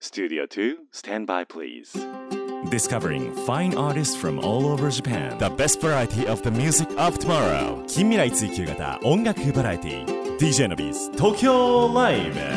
Studio 2, stand by please. Discovering fine artists from all over Japan. The best variety of the music of tomorrow. 近未来追求型音楽バラエティ DJ のビーズ東京ライブ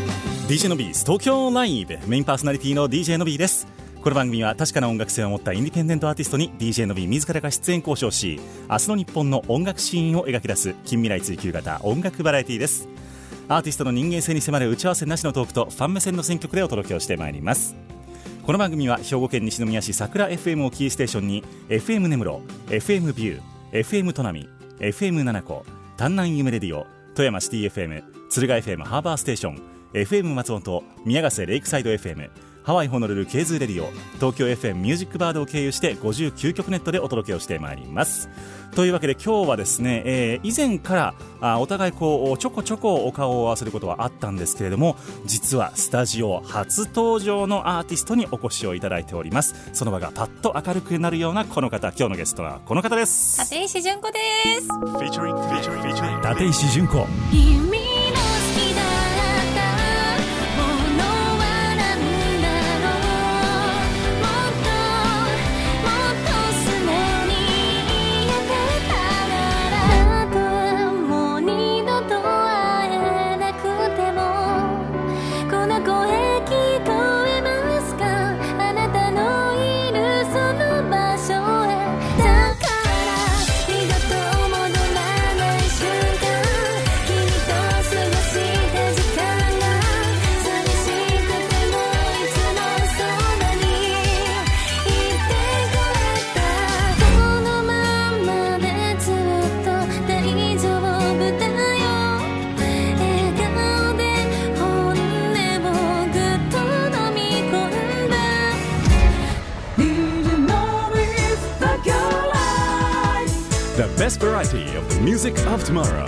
DJ のビーズ東京ライブメインパーソナリティの DJ のビーです。この番組は確かな音楽性を持ったインディペンデントアーティストに DJ のビー自らが出演交渉し、明日の日本の音楽シーンを描き出す近未来追求型音楽バラエティです。アーティストの人間性に迫る打ち合わせなしのトークとファン目線の選曲でお届けをしてまいります。この番組は兵庫県西宮市桜 FM をキーステーションに FM 根室、FM ビュー、FM 砺波、FM 七子、丹南夢レディオ、富山シティ FM、敦賀 FM ハーバーステーション、FM 松本、宮ヶ瀬レイクサイド FM、ハワイホノルルケーズレディオ、東京 FM ミュージックバードを経由して59曲ネットでお届けをしてまいります。というわけで今日はですね、以前からお互いこうちょこちょこお顔を合わせることはあったんですけれども、実はスタジオ初登場のアーティストにお越しをいただいております。その場がパッと明るくなるようなこの方、今日のゲストはこの方です。 立石純子です。 立石純子。The best variety of the music of tomorrow.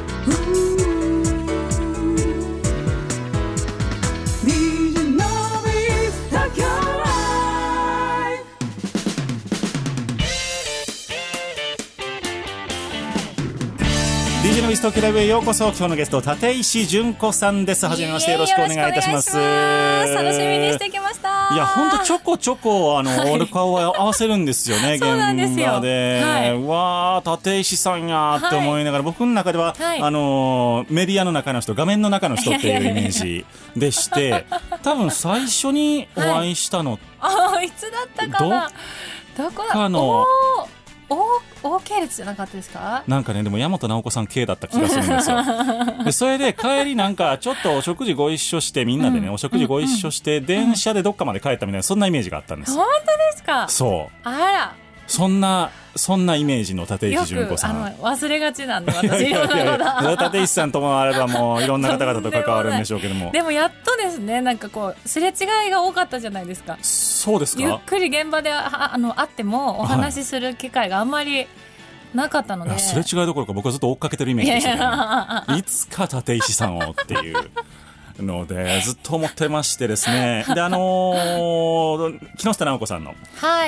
DJ のビス東京ライブへようこそ。今日のゲスト立石純子さんです。はじめまして、よろしくお願いいたします。 楽しみにしてきました。 いや本当ちょこちょこお顔を合わせるんですよね。 そうなんですよ。 現場で、はい、うわー立石さんやって思いながら、僕の中では、はい、メディアの中の人、画面の中の人っていうイメージでして多分最初にお会いしたの、 はい、いつだったかな。どこだ大系列じゃなかったですか。 なんかね、でも大和直子さん系だった気がするんですよでそれで帰りなんかちょっとお食事ご一緒してみんなでね、お食事ご一緒して電車でどっかまで帰ったみたいな、そんなイメージがあったんです。 本当ですか。 そう、 あら、 そんなイメージの立石純子さん。 よく忘れがちなんで私立石さんともあればもういろんな方々と関わるんでしょうけども、 でもやっとですね、なんかこうすれ違いが多かったじゃないですか。 そうですか。 ゆっくり現場で会ってもお話しする機会があんまりなかったので、はい、 すれ違いどころか僕はずっと追っかけてるイメージでしたね。いつか立石さんをっていうのでずっと思ってましてですね。で木下直子さんの、はい、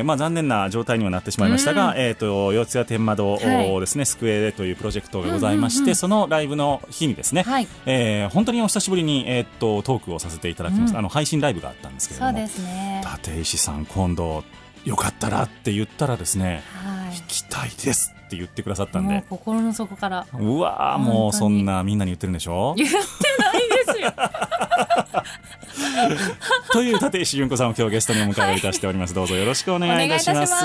残念な状態にはなってしまいましたが、四谷天窓をですね、はい、救えというプロジェクトがございまして、そのライブの日にですね、はい、本当にお久しぶりに、トークをさせていただきました。配信ライブがあったんですけれども、 そうですね、 立石さん今度よかったらって言ったらですね、 はい、 行きたいですって言ってくださったんで、 もう心の底から、 うわー、もうそんなみんなに言ってるんでしょ。 言ってないですよという立石純子さんを今日ゲストにお迎えいたしております、はい、どうぞよろしくお願いいたします。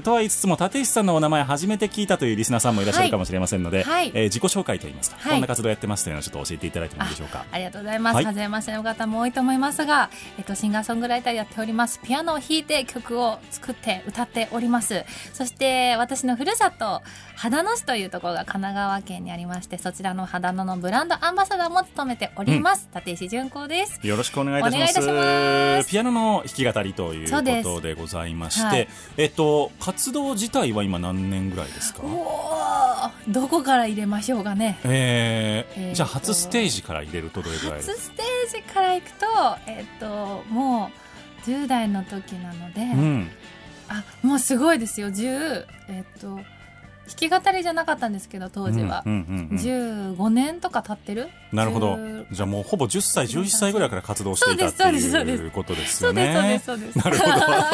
とは言いつつも立石さんのお名前初めて聞いたというリスナーさんもいらっしゃるかもしれませんので、はい、自己紹介といいますか、はい、こんな活動やってますというのをちょっと教えていただいてもいいでしょうか。 ありがとうございます。 はい、 初めましての方も多いと思いますが、シンガーソングライターやっております。ピアノを弾いて曲を作って歌っております。そして私のふるさと秦野市というところが神奈川県にありまして、そちらの秦野のブランドアンバサダーも務めております、立石純子です。 よろしくお願いいたします。 お願いいたします。 ピアノの弾き語りということでございまして、はい、活動自体は今何年ぐらいですか。 どこから入れましょうかね。 じゃあ初ステージから入れるとどれぐらいですか。 初ステージからいくと、もう10代の時なので、もうすごいですよ。 弾き語りじゃなかったんですけど当時は、15年とか経ってる。 なるほど。じゃあもうほぼ10歳11歳ぐらいから活動していたっていうことですよね。 そうです。 なるほ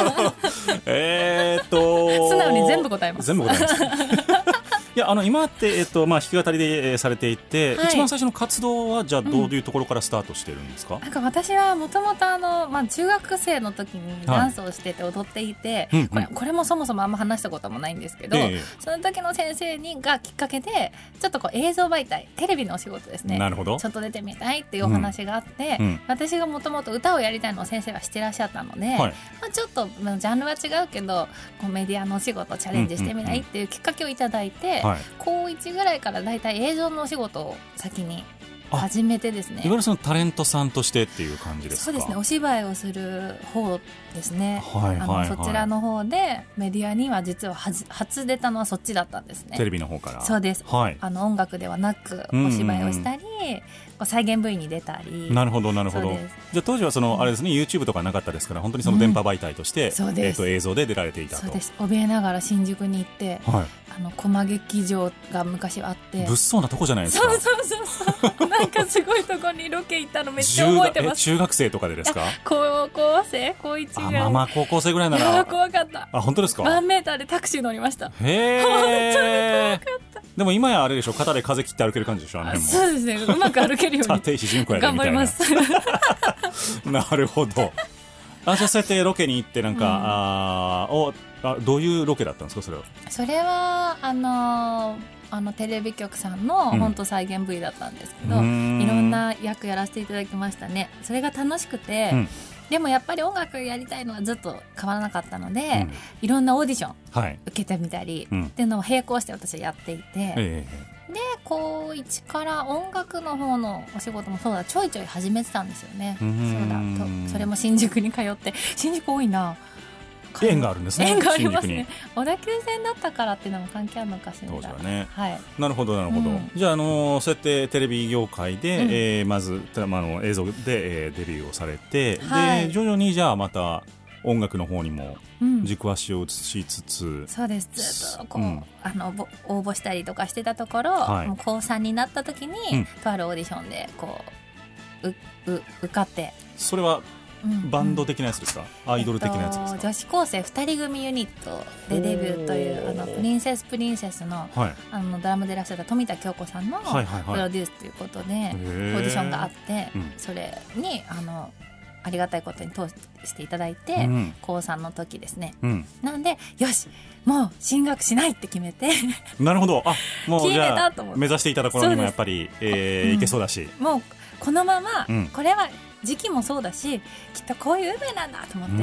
ど。 素直に全部答えます。 全部答えますいや今って、弾き語りでされていて、はい、一番最初の活動はじゃあどういうところからスタートしてるんですか？ なんか私はもともと中学生の時にダンスをしてて踊っていて、はい、これもそもそもあんま話したこともないんですけど、その時の先生がきっかけでちょっとこう映像媒体テレビのお仕事ですね。 なるほど。 ちょっと出てみたいっていうお話があって、私がもともと歌をやりたいのを先生はしてらっしゃったので、はい、ちょっとジャンルは違うけどこうメディアのお仕事チャレンジしてみないっていうきっかけをいただいて、はい、高1ぐらいからだいたい映像のお仕事を先に始めてですね。 いわゆるそのタレントさんとしてっていう感じですか？ そうですね、お芝居をする方ですね、 はいはいはい、 そちらの方でメディアには実は初出たのはそっちだったんですね。 テレビの方から。 そうです、はい、音楽ではなくお芝居をしたり、再現 V に出たり。 なるほどなるほど。じゃあ当時はあれですね、YouTube とかなかったですから本当にその電波媒体として、映像で出られていたと。 そうです。怯えながら新宿に行って、はい、駒劇場が昔あって物騒なとこじゃないですか。 そうなんかすごいとこにロケ行ったのめっちゃ覚えてます。 中学生とかでですか？ 高校生高1ぐらい。 まあ高校生ぐらいなら。 怖かった。 本当ですか ？1メーターでタクシー乗りました。 へー、 本当に怖かった。 でも今やあれでしょ、肩で風切って歩ける感じでしょ。 そうですね、うまく歩けるように立石純子やでみたいな。 頑張りますなるほど。じゃあそうやってロケに行ってなんか、どういうロケだったんですか？それはテレビ局さんの本当再現 V だったんですけど、いろんな役やらせていただきましたね。それが楽しくて、でもやっぱり音楽やりたいのはずっと変わらなかったので、いろんなオーディション受けてみたり、っていうのを並行して私はやっていて、で高1から音楽の方のお仕事もそうだちょいちょい始めてたんですよね。そうだと、それも新宿に通って、新宿多いな。 縁があるんですね。 縁がありますね。小田急線だったからっていうのも関係あるのかしら。 そうだね、 はい、 なるほどなるほど、じゃあ、そうやってテレビ業界で、まず、映像で、デビューをされて、で徐々にじゃあまた音楽の方にも軸足を移しつつ、 そうです。ずっとこう、応募したりとかしてたところ、もう高3になった時に、とあるオーディションでこう受かって。 それはバンド的なやつですか？アイドル的なやつですか？ 女子高生2人組ユニットでデビューというプリンセスの、ドラムでいらっしゃった富田京子さんのプロデュースということで、オーディションがあって、それにありがたいことに通していただいて、高3の時ですね、なんでよしもう進学しないって決めてなるほど。もうじゃあ決めたと思って目指していたところにもやっぱり、いけそうだし、 もうこのまま、これは時期もそうだしきっとこういう運命なんだと思って、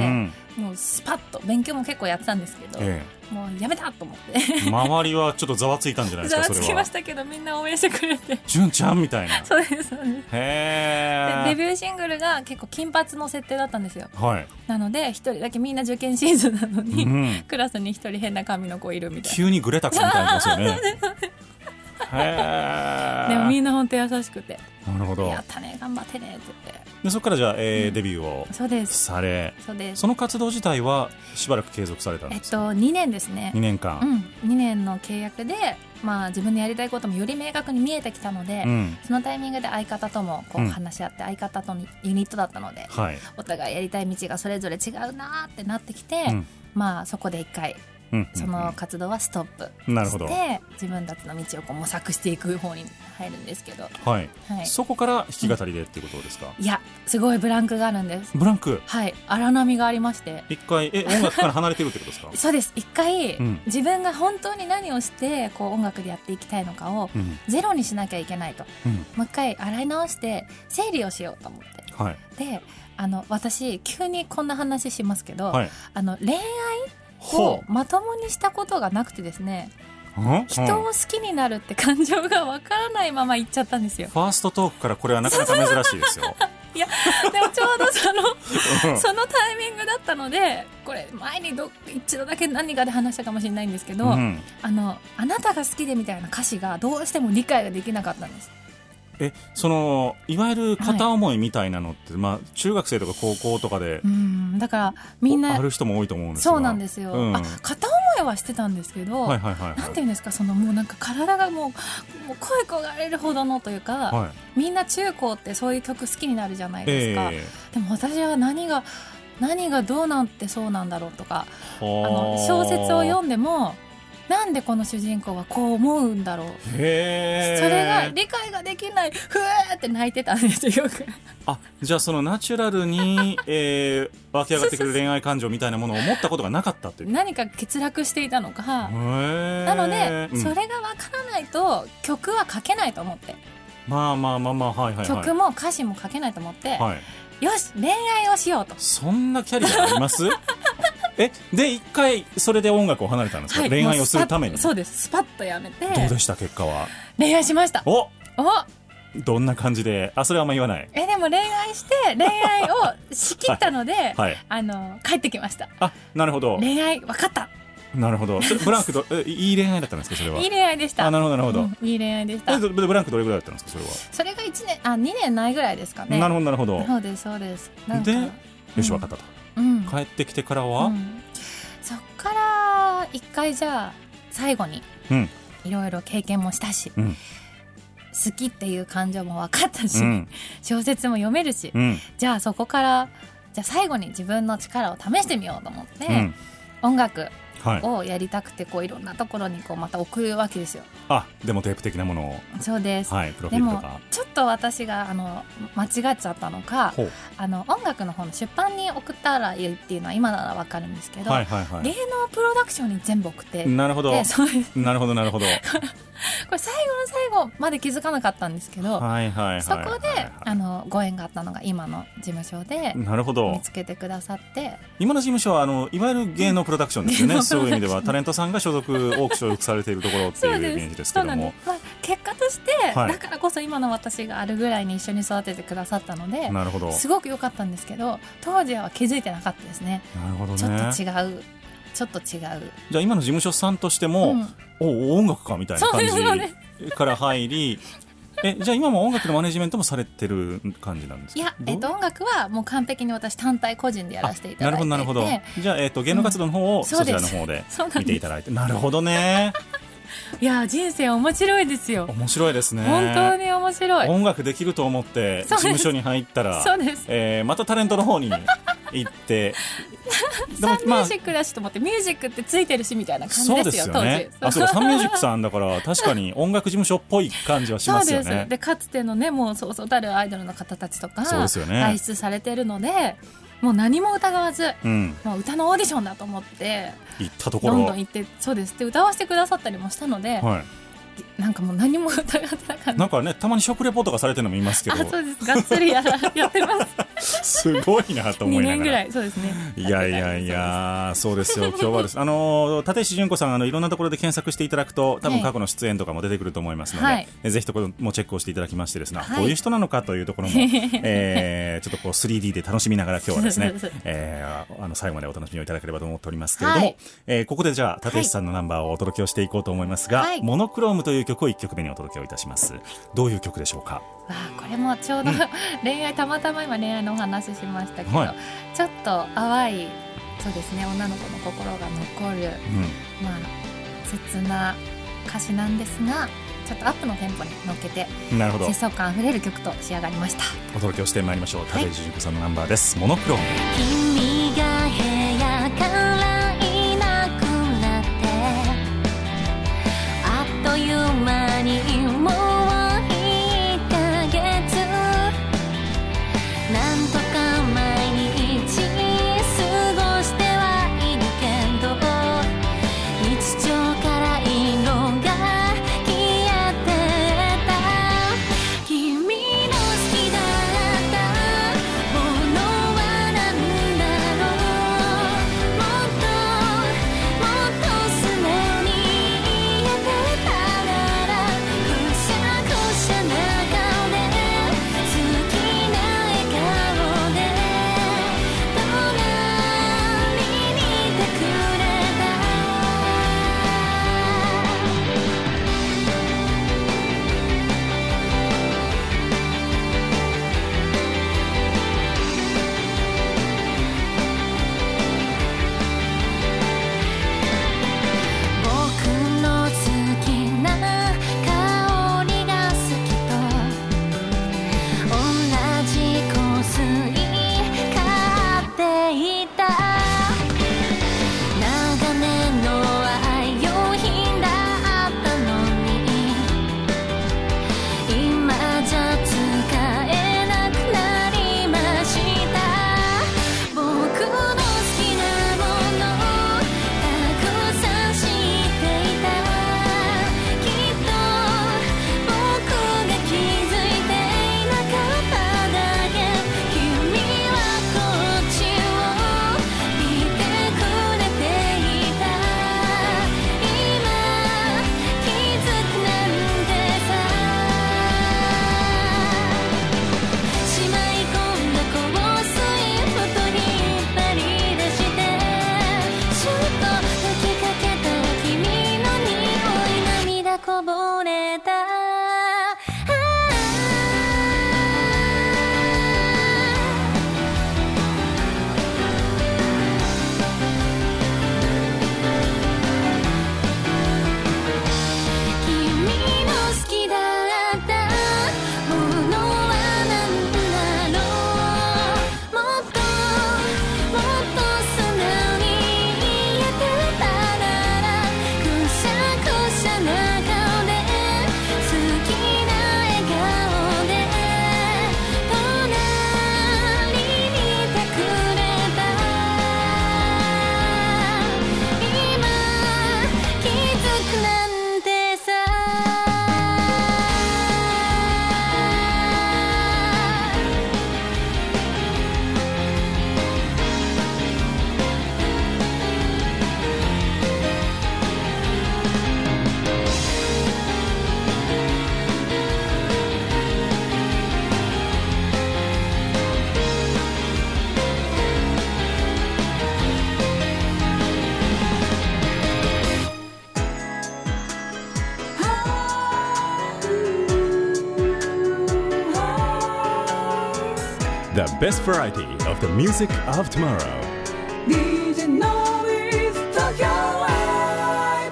もうスパッと勉強も結構やってたんですけど、もうやめたと思って周りはちょっとざわついたんじゃないですか？ ざわつきましたけどみんな応援してくれて純ちゃんみたいなそうですそうです。 へー。 でデビューシングルが結構金髪の設定だったんですよ、 はい、 なので一人だけみんな受験シーズンなのに、クラスに一人変な髪の子いるみたいな。 急にグレタ君みたいなですよねへでもみんな本当優しくて、 なるほど、 やったね頑張ってねって言って、 でそこからじゃあ、デビューをされ、 そうです。 その活動自体はしばらく継続されたんですか ？2年ですね。 2年間、 2年の契約で、自分のやりたいこともより明確に見えてきたので、そのタイミングで相方ともこう話し合って、相方とユニットだったので、お互いやりたい道がそれぞれ違うなってなってきて、そこで一回その活動はストップして自分たちの道をこう模索していく方に入るんですけど、 そこから弾き語りでっていうことですか？ いやすごいブランクがあるんです。 ブランク？ はい、荒波がありまして、 一回音楽から離れてるってことですか？ そうです。一回、自分が本当に何をしてこう音楽でやっていきたいのかをゼロにしなきゃいけないと、もう一回洗い直して整理をしようと思って、で私急にこんな話しますけど、恋愛をまともにしたことがなくてですね、人を好きになるって感情がわからないまま行っちゃったんですよ。 ファーストトークからこれはなかなか珍しいですよいやでもちょうどそのタイミングだったので、これ前に一度だけ何かで話したかもしれないんですけど、あなたが好きでみたいな歌詞がどうしても理解ができなかったんです。 いわゆる片思いみたいなのって、中学生とか高校とかでだからみんなある人も多いと思うんですが、 そうなんですよ、片思声はしてたんですけど、 はいはいはいはい、 なんていうんですか、そのもうなんか体がもう声焦がれるほどのというか、 はい、 みんな中高ってそういう曲好きになるじゃないですか、でも私は何がどうなってそうなんだろうとか、小説を読んでもなんでこの主人公はこう思うんだろう、それが理解ができない、ふーって泣いてたんですよ。 あ、じゃあそのナチュラルに、湧き上がってくる恋愛感情みたいなものを持ったことがなかったっていう、 何か欠落していたのか、なので、それが分からないと曲は書けないと思って、 まあ、はいはいはい、 曲も歌詞も書けないと思って、 はい、 よし恋愛をしようと。 そんなキャリアありますで一回それで音楽を離れたんですか、はい、恋愛をするために。 そうです、スパッとやめて。 どうでした結果は。 恋愛しました。どんな感じで。それはあんま言わない。 でも恋愛して恋愛をしきったので、はいはい、帰ってきました。 なるほど。 恋愛分かった。 なるほど。ブランクいい恋愛だったんですかそれは。 いい恋愛でした。 なるほどなるほど、 いい恋愛でした。 ブランクどれぐらいだったんですかそれは。 それが2年ないぐらいですかね。 なるほどなるほど。 そうですそうです。 でよし分かったと、帰ってきてからは、 そっから一回じゃあ最後にいろいろ経験もしたし、好きっていう感情も分かったし、小説も読めるし、じゃあそこからじゃあ最後に自分の力を試してみようと思って、音楽をやりたくていろんなところにまた送るわけですよ。 デモテープ的なものを。 そうです、 プロフィールとか。 でもちょっと私が間違っちゃったのか、音楽の方の出版に送ったらいいっていうのは今なら分かるんですけど、芸能プロダクションに全部送って。 なるほどなるほどなるほどこれ最後の最後まで気づかなかったんですけど、そこでご縁があったのが今の事務所で見つけてくださって。 今の事務所はいわゆる芸能プロダクションですよね、そういう意味ではタレントさんが所属されているところっていうイメージですけども、 結果として、だからこそ今の私があるぐらいに一緒に育ててくださったので、 なるほど、 すごく良かったんですけど、当時は気づいてなかったですね。 なるほどね。 ちょっと違う。じゃあ今の事務所さんとしても、音楽かみたいな感じから入りじゃあ今も音楽のマネジメントもされてる感じなんですか。 いや、音楽はもう完璧に私単体個人でやらせていただいていて。 なるほどなるほど。じゃあ、芸能活動の方をそちらの方で見ていただいて。なるほどねいや人生面白いですよ。 面白いですね。 本当に面白い。 音楽できると思って事務所に入ったらそうです、 またタレントの方に行ってサンミュージックだしと思って、ミュージックってついてるしみたいな感じですよ。 そうですよね。そうサンミュージックさんだから確かに音楽事務所っぽい感じはしますよね。 そうです。でかつてのね、もうそうそうたるアイドルの方たちとか輩出されてるので、もう何も疑わず、もう歌のオーディションだと思って行ったところどんどん行って、そうです。で歌わせてくださったりもしたので、なんかもう何も疑ってなかった。 なんかね、たまに食レポとかされてるのも見ますけど。 そうです。がっつりやってますすごいなと思いながら。2 年ぐらい。そうですね。 いやそうですよ。今日はです立石純子さんいろんなところで検索していただくと多分過去の出演とかも出てくると思いますので、ぜひところもチェックをしていただきましてですね、どういう人なのかというところもちょっと3D で楽しみながら今日はですね最後までお楽しみをいただければと思っておりますけれども、ここでじゃあ立石さんのナンバーをお届けをしていこうと思いますが、モノクロームという曲を1曲目にお届けをいたします。どういう曲でしょうか。 これもちょうど、恋愛、たまたま今恋愛のお話しましたけど、ちょっと淡い、そうですね、女の子の心が残る、切な歌詞なんですが、ちょっとアップのテンポに乗っけて疾走感あふれる曲と仕上がりました。 お届けをしてまいりましょう。立石純子さんのナンバーです。モノクローム。 君が部屋からいなくなってあっという間にもう1ヶ月、なんとか毎日過ごしてはいるけど、日常から色が消えてた。君の好きだったものはなんだろう。もっていた長年の愛用品だったのに今じゃ使えなくなりました僕の好きなものたくさん知っていたきっと僕が気づいていなかっただけ君はこっちを見てくれていた今気づくなんてさしまい込んだ香水ふと引っ張り出してシュッと吹きかけたら君の匂い涙こぼれた君の好きだったものは何だろうもっともっと素直に言えてたならくしゃくしゃな顔で好きな笑顔で隣にいてくれた今気づくなんてさ The best variety of the music of tomorrow. DJ Nobis Tokyo Live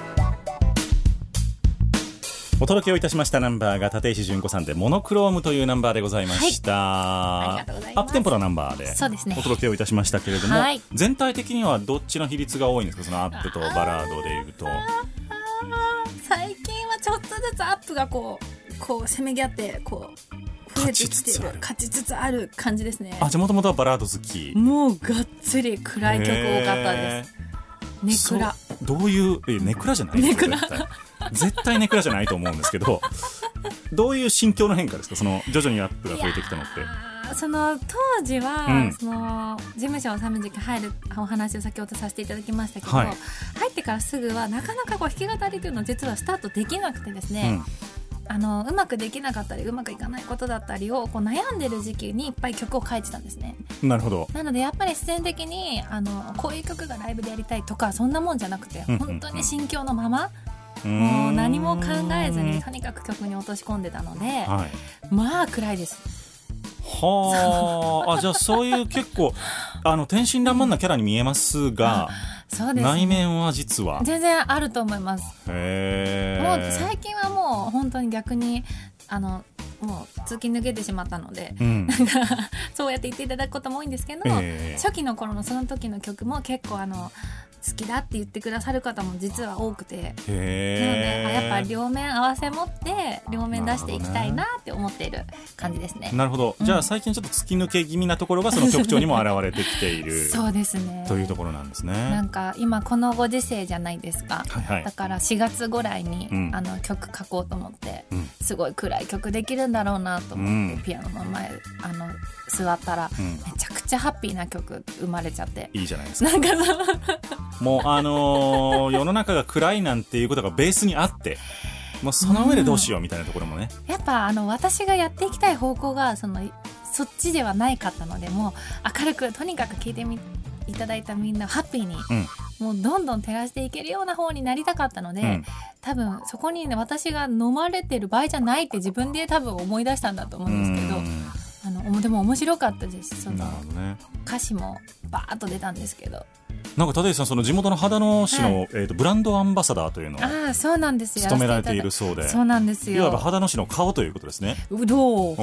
お届けをいたしましたナンバーが立石純子さんでモノクロームというナンバーでございました、 ありがとうございます。 アップテンポなナンバーでそうですねお届けをいたしましたけれども、 はい全体的にはどっちの比率が多いんですか、そのアップとバラードでいうと。 最近はちょっとずつアップがこうせめぎ合ってこう増えてきてる勝ちつつある感じですね。 あ、じゃあもともとはバラード好き。 もうがっつり暗い曲多かったですネクラ。 どういうネクラじゃないネクラ絶対ネクラじゃないと思うんですけどどういう心境の変化ですか、その徐々にアップが増えてきたのって。 その当時は、 うんその事務所を寒時期入るお話を先ほどさせていただきましたけど、 はい入ってからすぐはなかなかこう弾き語りというのを実はスタートできなくてですね、うまくできなかったりうまくいかないことだったりをこう悩んでる時期にいっぱい曲を書いてたんですね。 なるほど。 なのでやっぱり自然的にこういう曲がライブでやりたいとかそんなもんじゃなくて、 うん本当に心境のまま、もう何も考えずにとにかく曲に落とし込んでたので、 はい、 まあ暗いです。 はあ、じゃあそういう結構天真爛漫なキャラに見えますが、 そうですね、 内面は実は全然あると思います。 へもう最近はもう本当に逆にもう突き抜けてしまったので、 うんそうやって言っていただくことも多いんですけど、初期の頃のその時の曲も結構好きだって言ってくださる方も実は多くて、なのでやっぱ両面合わせ持って両面出していきたいなって思っている感じですね。 なるほど。じゃあ最近ちょっと突き抜け気味なところがその曲調にも現れてきているそうですねというところなんですね。 なんか今このご時世じゃないですか、 はいはい、 だから4月ぐらいに、曲書こうと思って、すごい暗い曲できるんだろうなと思って、ピアノの前座ったら、めちゃくちゃハッピーな曲生まれちゃって、 いいじゃないですか。 なんかもう世の中が暗いなんていうことがベースにあって、もうその上でどうしようみたいなところもね、 やっぱ私がやっていきたい方向がそっちではないかったので、もう明るくとにかく聴いていただいたみんなハッピーに、もうどんどん照らしていけるような方になりたかったので、多分そこにね私が飲まれてる場合じゃないって自分で多分思い出したんだと思うんですけど、でも面白かったです。その、歌詞もバーッと出たんですけど、 なんか立石さん、その地元の秦野市の、ブランドアンバサダーというのをああ、そうなんですよ。 務められているそうで、 そうなんですよ。 いわば秦野市の顔ということですね。 うどう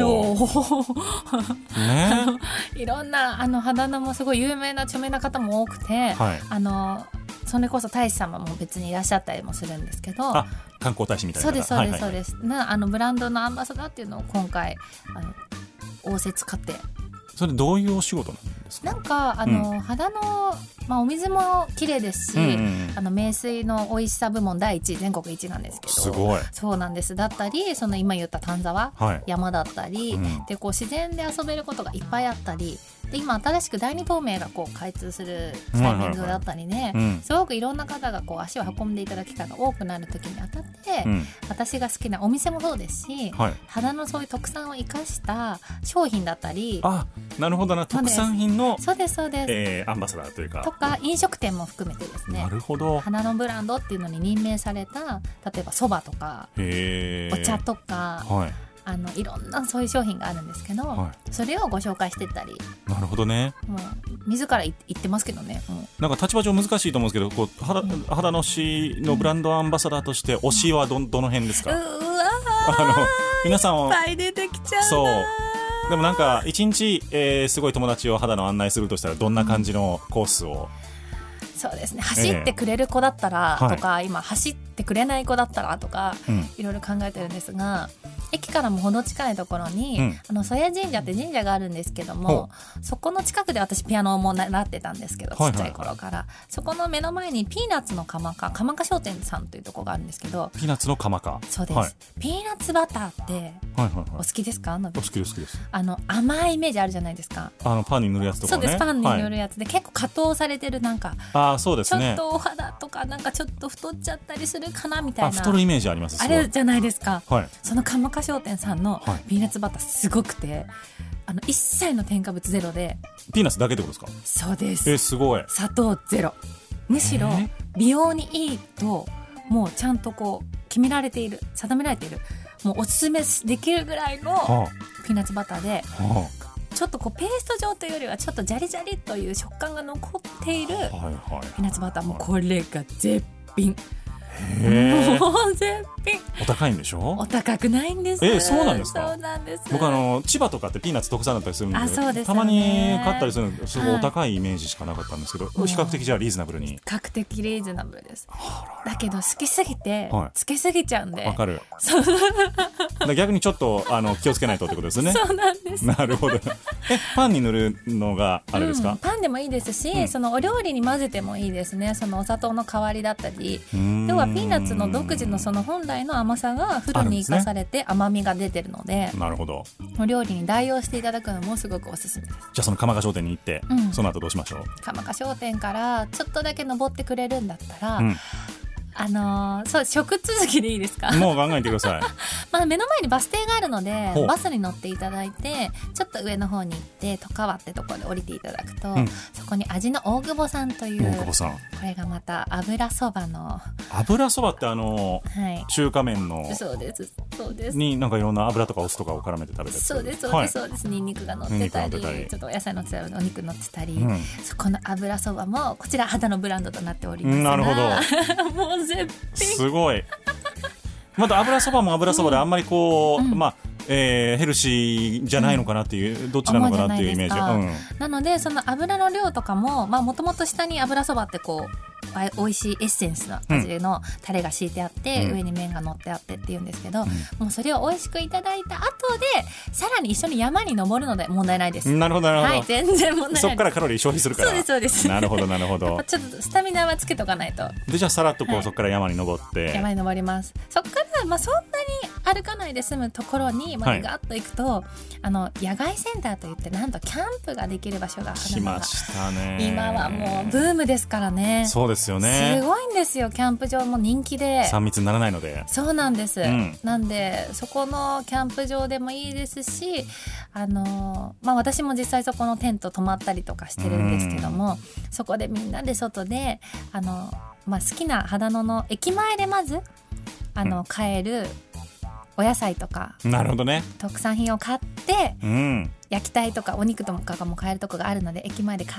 ねいろんな秦野もすごい有名な著名な方も多くて、 はい、 それこそ大使様も別にいらっしゃったりもするんですけど、 あ、観光大使みたいな方。 そうですそうですそうです、ブランドのアンバサダーっていうのを今回仰せ使って。 それどういうお仕事なんですか？ なんか秦野、お水も綺麗ですし、名水の美味しさ部門第1位、全国1位なんですけど、 すごい。 そうなんです。だったり、その今言った丹沢、山だったり、でこう自然で遊べることがいっぱいあったりで、今新しく第二東名がこう開通するタイミングだったりね、すごくいろんな方がこう足を運んでいただく機会が多くなる時にあたって、私が好きなお店もそうですし、秦野そういう特産を生かした商品だったり、 あ、なるほどな、特産品のそうですそうです、 アンバサダーというかとか飲食店も含めてですね、 なるほど、 秦野ブランドっていうのに任命された、例えばそばとかお茶とか、いろんなそういう商品があるんですけど、それをご紹介してったり。 なるほどね。 もう自ら言ってますけどね。 なんか立場上難しいと思うんですけど、こう秦野市のブランドアンバサダーとして推しはどの辺ですか？皆さんをいっぱい出てきちゃうな。 そうでもなんか一日、すごい友達を秦野案内するとしたらどんな感じのコースを？ そうですね、走ってくれる子だったらとか、今走ってくれない子だったらとか、いろいろ考えてるんですが、駅からもほど近いところに、曽谷神社って神社があるんですけども、そこの近くで私ピアノも習ってたんですけど、ちっちゃい頃から、そこの目の前にピーナッツの鎌か商店さんというところがあるんですけど。 ピーナッツの鎌か。 そうです、ピーナッツバターってお好きですか？ お好きです。 甘いイメージあるじゃないですか。 パンに塗るやつとかね。 そうです、パンに塗るやつで、結構加糖されてる、なんかそうですね、 ちょっとお肌とかなんかちょっと太っちゃったりするかなみたいな、 太るイメージあります。 あれじゃないですか。その鎌か商店さんのピーナッツバターすごくて、一切の添加物ゼロで。 ピーナッツだけってことですか？ そうです。 すごい。 砂糖ゼロ、むしろ美容にいいともうちゃんとこう決められている、定められている、もうおすすめできるぐらいのピーナッツバターで、ちょっとこうペースト状というよりはちょっとジャリジャリという食感が残っているピーナッツバター、もうこれが絶品。もう絶品。 お高いんでしょ？ お高くないんです。 そうなんですか？ そうなんです。 僕千葉とかってピーナッツ特産だったりするんで、 そうですよね、 たまに買ったりするんですごいお高いイメージしかなかったんですけど、比較的じゃあリーズナブルに。 比較的リーズナブルです。だけど好きすぎて、つけすぎちゃうんで。 わかる。逆にちょっと気をつけないとってことですね。 そうなんです。 なるほど。パンに塗るのがあれですか？ パンでもいいですし、そのお料理に混ぜてもいいですね。そのお砂糖の代わりだったり、要はピーナッツの独自のその本来の甘さがフルに生かされて甘みが出てるので、 なるほど。 お料理に代用していただくのもすごくおすすめです。 じゃあその鎌か商店に行って、その後どうしましょう？ 鎌か商店からちょっとだけ登ってくれるんだったら、そう食続きでいいですか？ もう考えてください。 目の前にバス停があるので、バスに乗っていただいて、ちょっと上の方に行って戸川ってところで降りていただくと、そこに味の大久保さんという、これがまた油そばの。 油そばって中華麺の、 そうですそうです、 になんかいろんな油とかお酢とかを絡めて食べてる。 そうですそうですそうです。ニンニクが乗ってたり、ちょっとお野菜乗ってたり、お肉乗ってたり、そこの油そばもこちら秦野ブランドとなっておりますが。なるほど。もう絶品。 すごい。また油そばも油そばであんまりこう、ヘルシーじゃないのかなっていう、どっちなのかなっていうイメージ。 なのでその油の量とかももともと下に油そばってこう美味しいエッセンスの味のタレが敷いてあって、上に麺が乗ってあってっていうんですけど、もうそれを美味しくいただいた後でさらに一緒に山に登るので問題ないです。 なるほどなるほど。 全然問題ないです。 そこからカロリー消費するから。 そうですそうです。 なるほどなるほど。 ちょっとスタミナはつけとかないと。 でじゃあさらっとこう、そこから山に登って。 山に登ります。そこからそんなに歩かないで済むところにまでガッと行くと、野外センターといってなんとキャンプができる場所が来ましたね。 今はもうブームですからね。 そうですよね。 すごいんですよ。キャンプ場も人気で 3密にならないので。 そうなんです、なんでそこのキャンプ場でもいいですし、私も実際そこのテント泊まったりとかしてるんですけども、そこでみんなで外で好きな秦野の駅前でまず買えるお野菜とか、 なるほどね、 特産品を買って、焼きたいとかお肉とかも買えるとこがあるので駅前で買って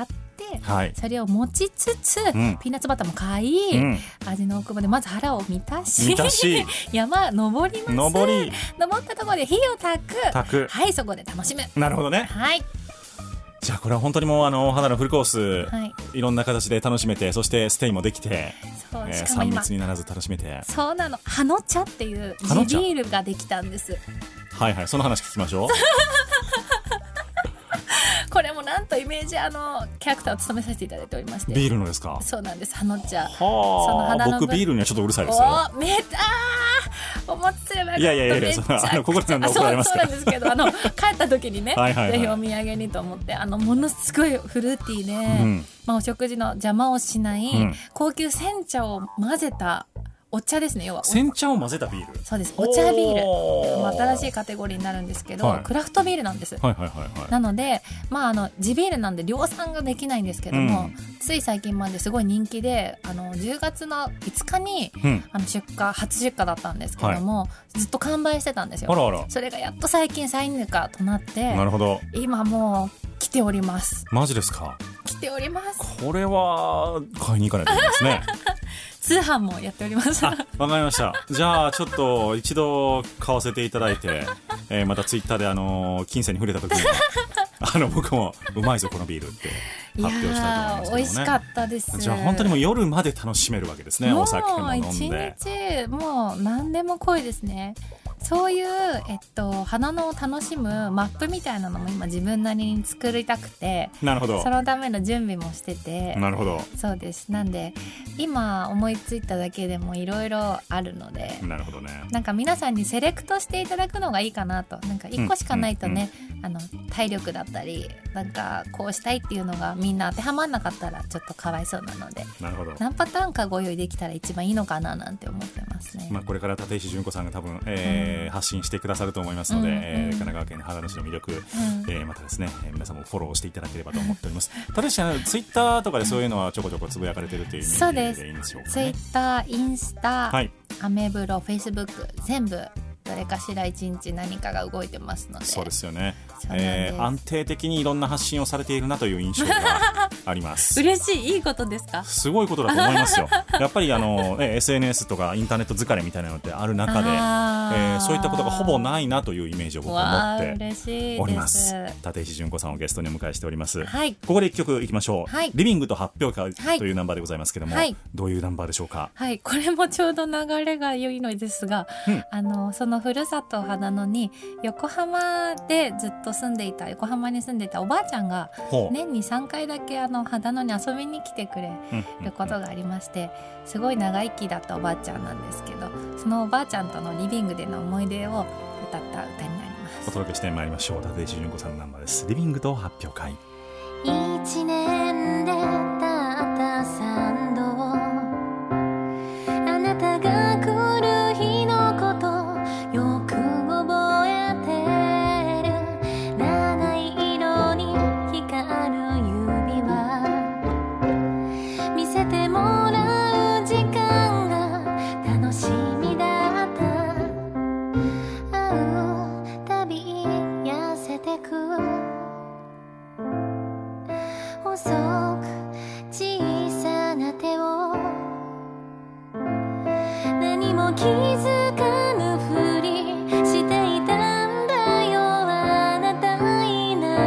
はい、 それを持ちつつ、 んピーナッツバターも買い、 うん味の奥までまず腹を満たし満たし山登ります。 登ったところで火を焚く。はい、そこで楽しむ。 なるほどね。 はい。 じゃあこれは本当にもうお肌のフルコース、 はい、 いろんな形で楽しめて、そしてステイもできて、 そうしかも 3 今密にならず楽しめて。 そうなの、ハノ茶っていう地ビールができたんです。 はいはい、その話聞きましょう。 これもなんとイメージキャラクターを務めさせていただいておりまして。 ビールのですか？ そうなんです、ハノ茶。 はあ、僕ビールにはちょっとうるさいですよ。 おめたー、お持ちすればよかった。 いやここでなんで怒られますか？ そうなんですけど帰った時にねはいはいはい、 ぜひお土産にと思ってものすごいフルーティーで、 うんお食事の邪魔をしない、 うん高級煎茶を混ぜたお茶ですね。要は煎茶を混ぜたビール。 そうです、お茶ビール。新しいカテゴリーになるんですけど、 はい、 クラフトビールなんです。 はいはいはいはい、 なので、地ビールなんで量産ができないんですけども、つい最近まですごい人気で10月の5日に、初出荷だったんですけども、ずっと完売してたんですよ。 あらあら。 それがやっと最近再入荷となって、 なるほど、 今もう来ております。 マジですか？ 来ております。 これは買いに行かないといけないですね。 通販もやっております。 わかりました。じゃあちょっと一度買わせていただいて、またツイッターで金銭に触れた時には僕もうまいぞこのビールって発表したいと思いますけどね。 美味しかったです。 じゃあ本当にもう夜まで楽しめるわけですね。お酒も飲んで一日もう何でも濃いですね。そういう、花の楽しむマップみたいなのも今自分なりに作りたくて、 なるほど、 そのための準備もしてて。 なるほど、 そうです。なんで今思いついただけでもいろいろあるので、 なるほどね。 なんか皆さんにセレクトしていただくのがいいかなと。なんか1個しかないとね、体力だったりなんかこうしたいっていうのがみんな当てはまんなかったらちょっとかわいそうなので、 なるほど、 何パターンかご用意できたら一番いいのかななんて思ってますね。 これから立石純子さんが多分、発信してくださると思いますので、神奈川県の秦野市の魅力、またですね、皆さんもフォローしていただければと思っております。立石さん、ツイッターとかでそういうのはちょこちょこつぶやかれてるというイメージでいいんでしょうかね。 ツイッター、インスタ、 はい、 アメブロ、フェイスブック、全部どれかしら一日何かが動いてますので。 そうですよね。安定的にいろんな発信をされているなという印象があります。 嬉しい、いいことですか？ すごいことだと思いますよ。やっぱりSNS とかインターネット疲れみたいなのってある中で、そういったことがほぼないなというイメージを僕は持っております。立石純子さんをゲストにお迎えしております、はい、ここで1曲いきましょう、はい、リビングと発表会というナンバーでございますけども、はい、どういうナンバーでしょうか？ はい、これもちょうど流れが良いのですが、そのふるさと秦野に横浜でずっと横浜に住んでいたおばあちゃんが年に3回だけ秦野に遊びに来てくれることがありまして、すごい長生きだったおばあちゃんなんですけど、そのおばあちゃんとのリビングでの思い出を歌った歌になります。 お届けしてまいりましょう。立石純子さんのナンバーです。リビングと発表会。 1年でたった3度あなたが来る日のことよく覚えてる。長い色に光る指輪見せてもらう時間が楽しみだった。会うたび痩せてく細く小さな手を何も気づかぬふりしていたんだよ。あなたいな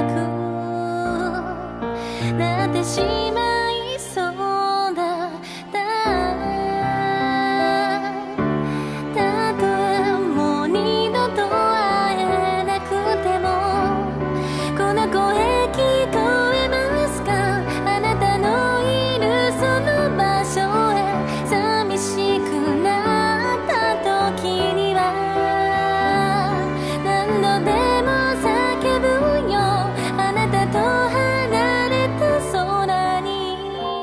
くなってしまいそうだった。たとえもう二度と会えなくてもこの声聞こえますか？あなたのいるその場所へ寂しくなった時には何度でも叫ぶよ。あなたと離れた空に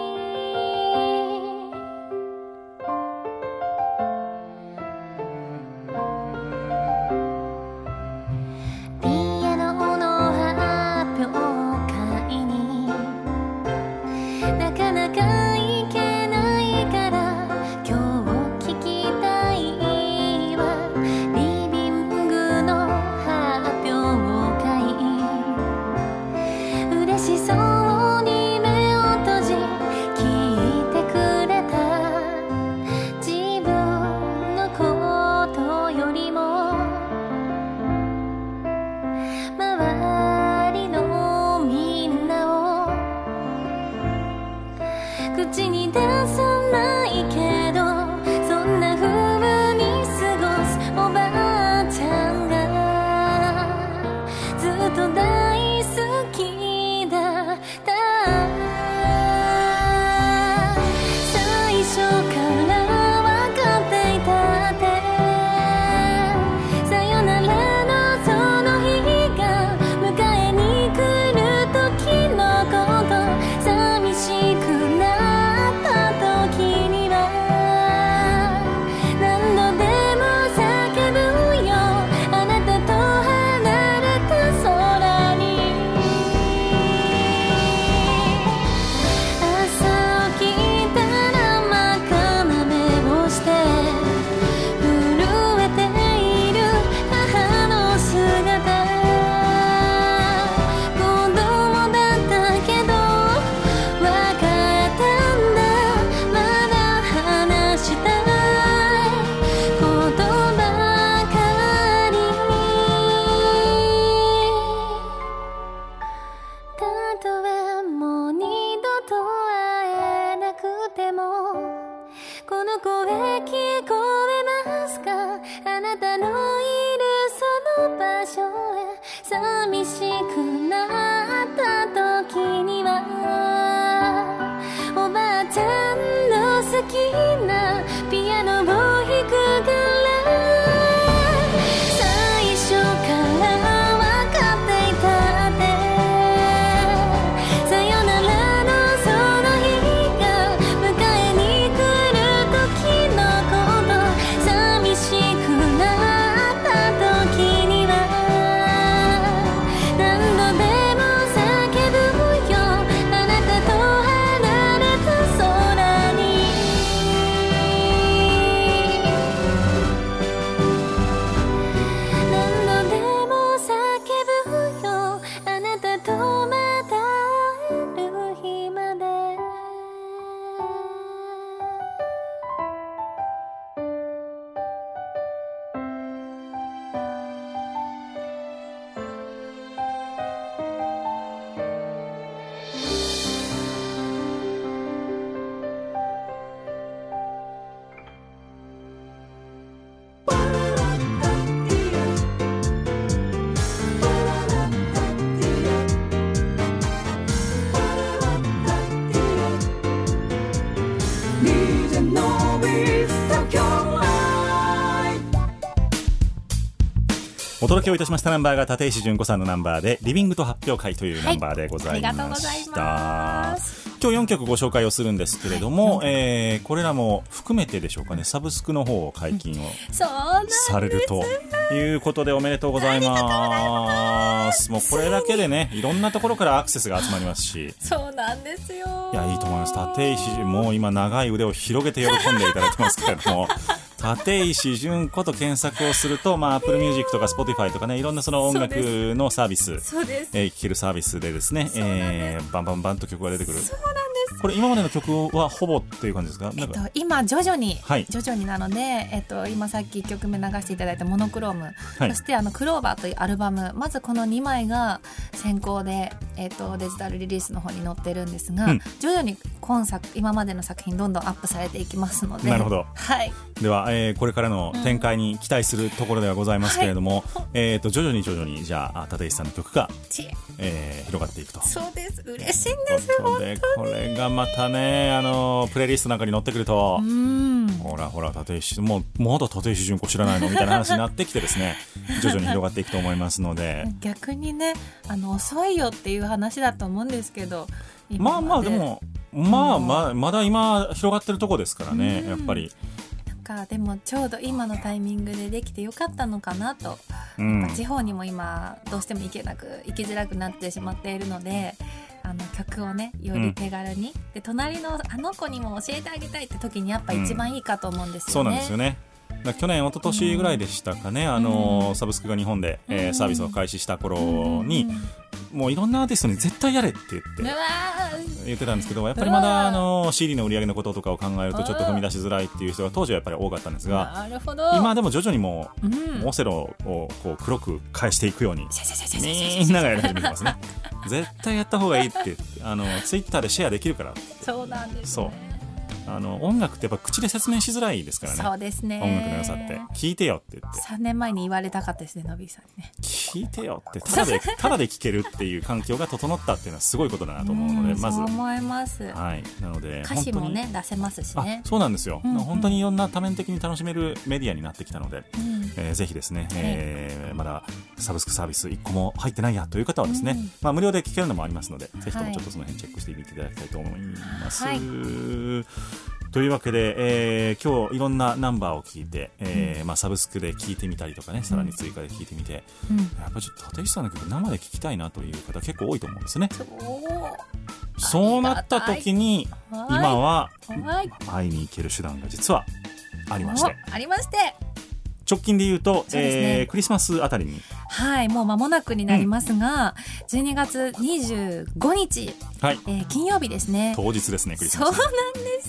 ピアノの発表会になかなか行けないから今日聞きたいわ。リビングの発表会嬉しそうに目をと大好きだった最初から分かっていたってさよならのその日が迎えに来る時のこと寂しくなった時には何度でも叫ぶよあなたと離れた空に朝起きたら真っ赤な目をして震えている母の姿子供だったけど分かったんだまだ話したいことばかりたとえもう二度と会えなくてもこの声聞こえますかあなたのいるその場所へ寂しくなった時にはおばあちゃんの好きなピアノを弾くから最初から分かっていたってさよならのその日が迎えに来る時のこと寂しくなった時には何度でも叫ぶよあなたと離れた空に何度でも叫ぶよあなたとまた会える日までお届けをいたしましたナンバーが立石純子さんのナンバーでリビングと発表会というナンバーでございました、 ありがとうございます。 今日4曲ご紹介をするんですけれども、これらも含めてでしょうかね、サブスクの方を解禁をそうなんですされるということでおめでとうございます。もうこれだけでね、いろんなところからアクセスが集まりますし、 そうなんですよ。 いやいいと思います。立石純もう今長い腕を広げて喜んでいただいてますけれども立石純子と検索をすると、Apple Music とか Spotify とかね、いろんなその音楽のサービス、 そうです、 聴けるサービスでですね、バンバンバンと曲が出てくる。 そうなんです。 これ今までの曲はほぼっていう感じですか？ 今徐々に、 はい、 徐々になので、今さっき1曲目流していただいたモノクローム、 はい、 そしてクローバーというアルバム、まずこの2枚が先行で、デジタルリリースの方に載ってるんですが、徐々に今までの作品どんどんアップされていきますので。 なるほど、 はい、 では、これからの展開に期待するところではございますけれども、徐々にじゃあ立石さんの曲が、広がっていくと。 そうです、嬉しいんです本当で、これがまたね、プレイリストなんかに載ってくると、ほらほら立石、もうまだ立石純子知らないのみたいな話になってきてですね徐々に広がっていくと思いますので逆にね、遅いよっていう話だと思うんですけど、 でもまだ今広がってるとこですからね、やっぱりでもちょうど今のタイミングでできてよかったのかなと、地方にも今どうしても行きづらくなってしまっているので、曲をねより手軽に、で隣のあの子にも教えてあげたいって時にやっぱ一番いいかと思うんですよね。 そうなんですよね。去年一昨年ぐらいでしたかね、サブスクが日本で、サービスを開始した頃に、もういろんなアーティストに絶対やれって言ってたんですけど、やっぱりまだCD の売り上げのこととかを考えるとちょっと踏み出しづらいっていう人が当時はやっぱり多かったんですが、 なるほど、 今でも徐々にもう、オセロをこう黒く返していくようにみんながやり始めてますね絶対やった方がいいってツイッターでシェアできるからって。 そうなんですね。 音楽ってやっぱ口で説明しづらいですからね。 そうですね。 音楽の良さって聞いてよって言って 3年前に言われたかったですね、のびーさんにね。 聞聞いてよってただで聞けるっていう環境が整ったっていうのはすごいことだなと思うので、まずそう思います。 はい、なので歌詞もね出せますしね。 そうなんですよ、 うんうん、 本当にいろんな多面的に楽しめるメディアになってきたので、ぜひですね、まだサブスクサービス1個も入ってないやという方はですね、無料で聞けるのもありますので、ぜひともちょっとその辺チェックしてみていただきたいと思います、というわけで、今日いろんなナンバーを聞いて、サブスクで聞いてみたりとかね、さらに追加で聞いてみて、やっぱりちょっと立石さんの曲生で聞きたいなという方結構多いと思うんですね。そうなった時に今は会いに行ける手段が実はありまして、直近で言うと、クリスマスあたりに、 もう間もなくになりますが、12月25日、金曜日ですね。 当日ですね、クリスマス。 そうなんです。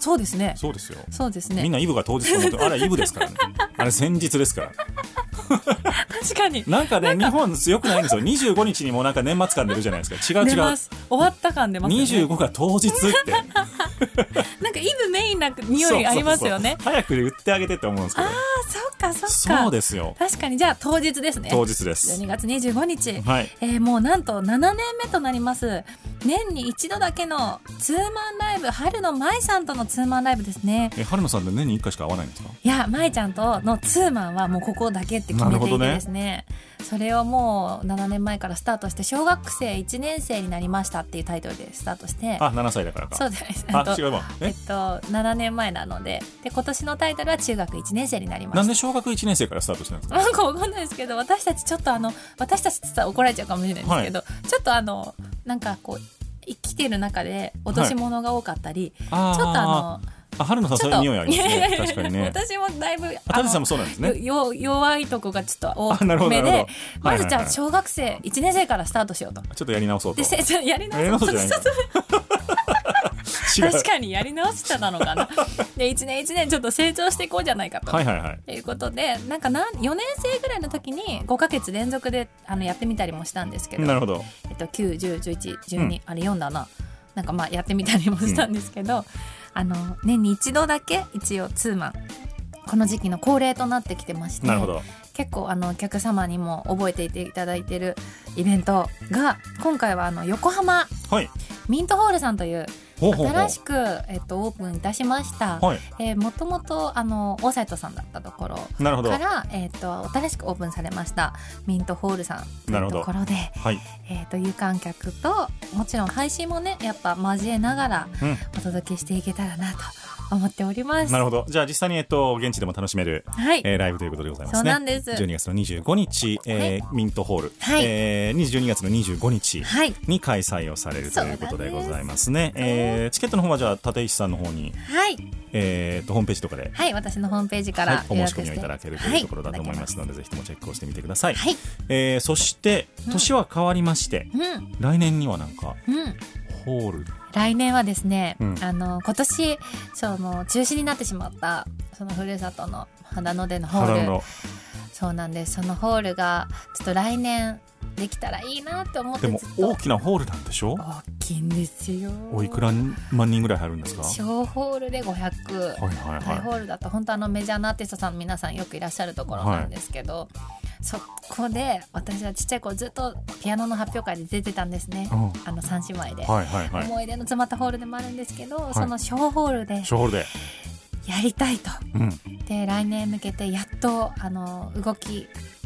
そうですね。 そうですよ。 そうですね。 みんなイブが当日と思ってあれイブですからね。あれ先日ですから。 確かに。 なんかね、日本強くないんですよ。25日にもなんか年末感出るじゃないですか。違う。 終わった感出ますよね。 25が当日って。 なんかイブメインな匂いありますよね。 早く言ってあげてって思うんですけど。 そっか。 そうですよ。 確かに、じゃあ当日ですね。 当日です。 12月25日。もうなんと7年目となります。年に一度だけのツーマンライブ、春野舞さんとのツーマンライブですね。 春野さんって年に1回しか会わないんですか？ いや、舞ちゃんとのツーマンはもうここだけって決めていてですね、それをもう7年前からスタートして、小学生1年生になりましたっていうタイトルでスタートして、 7歳だからか。 そうです。 違うわ。 7年前なので、今年のタイトルは中学1年生になりました。 なんで小学1年生からスタートしたんですか？ なんかわかんないですけど、私たちちょっと私たちって言ったら怒られちゃうかもしれないんですけど、ちょっとなんかこう生きてる中で落とし物が多かったり、ちょっと春野さんそういう匂いありますね。確かにね。 私もだいぶ立石さんもそうなんですね。 弱いとこがちょっと多めで、まずじゃあ小学生1年生からスタートしようと。 ちょっとやり直そうと。 やり直そうと。確かにやり直したのかな。で1年1年ちょっと成長していこうじゃないかと、いうことで、なんか4年生ぐらいの時に5ヶ月連続でやってみたりもしたんですけど、 なるほど。 9、10、11、12、あれ4だな。なんかやってみたりもしたんですけど、年に一度だけ一応ツーマン、この時期の恒例となってきてまして、結構お客様にも覚えていていただいているイベントが、今回は横浜、ミントホールさんという新しく、オープンいたしました。もともとオサイトさんだったところから、新しくオープンされましたミントホールさんというところで、有観客ともちろん配信もね、やっぱ交えながらお届けしていけたらなと思っております。 なるほど。じゃあ実際に現地でも楽しめる、ライブということでございますね。 そうなんです。 12月の25日、ミントホール、12月の25日に開催をされるということでございますね。チケットの方はじゃあ立石さんの方に、ホームページとかで、 私のホームページからお申し込みをいただけるというところだと思いますので、ぜひともチェックをしてみてください。そして年は変わりまして、来年にはなんか、ホール、 来年はですね、今年中止になってしまったそのふるさとの秦野でのホール、そうなんです。そのホールがちょっと来年できたらいいなって思って。 でも大きなホールなんでしょ？ 大きいんですよ。 おいくら万人ぐらい入るんですか？ 小ホールで500、大ホールだと本当メジャーなアーティストさん皆さんよくいらっしゃるところなんですけど、そこで私はちっちゃい子ずっとピアノの発表会で出てたんですね。三姉妹で、思い出の詰まったホールでもあるんですけど、その小ホールでやりたいと、で来年向けてやっと動き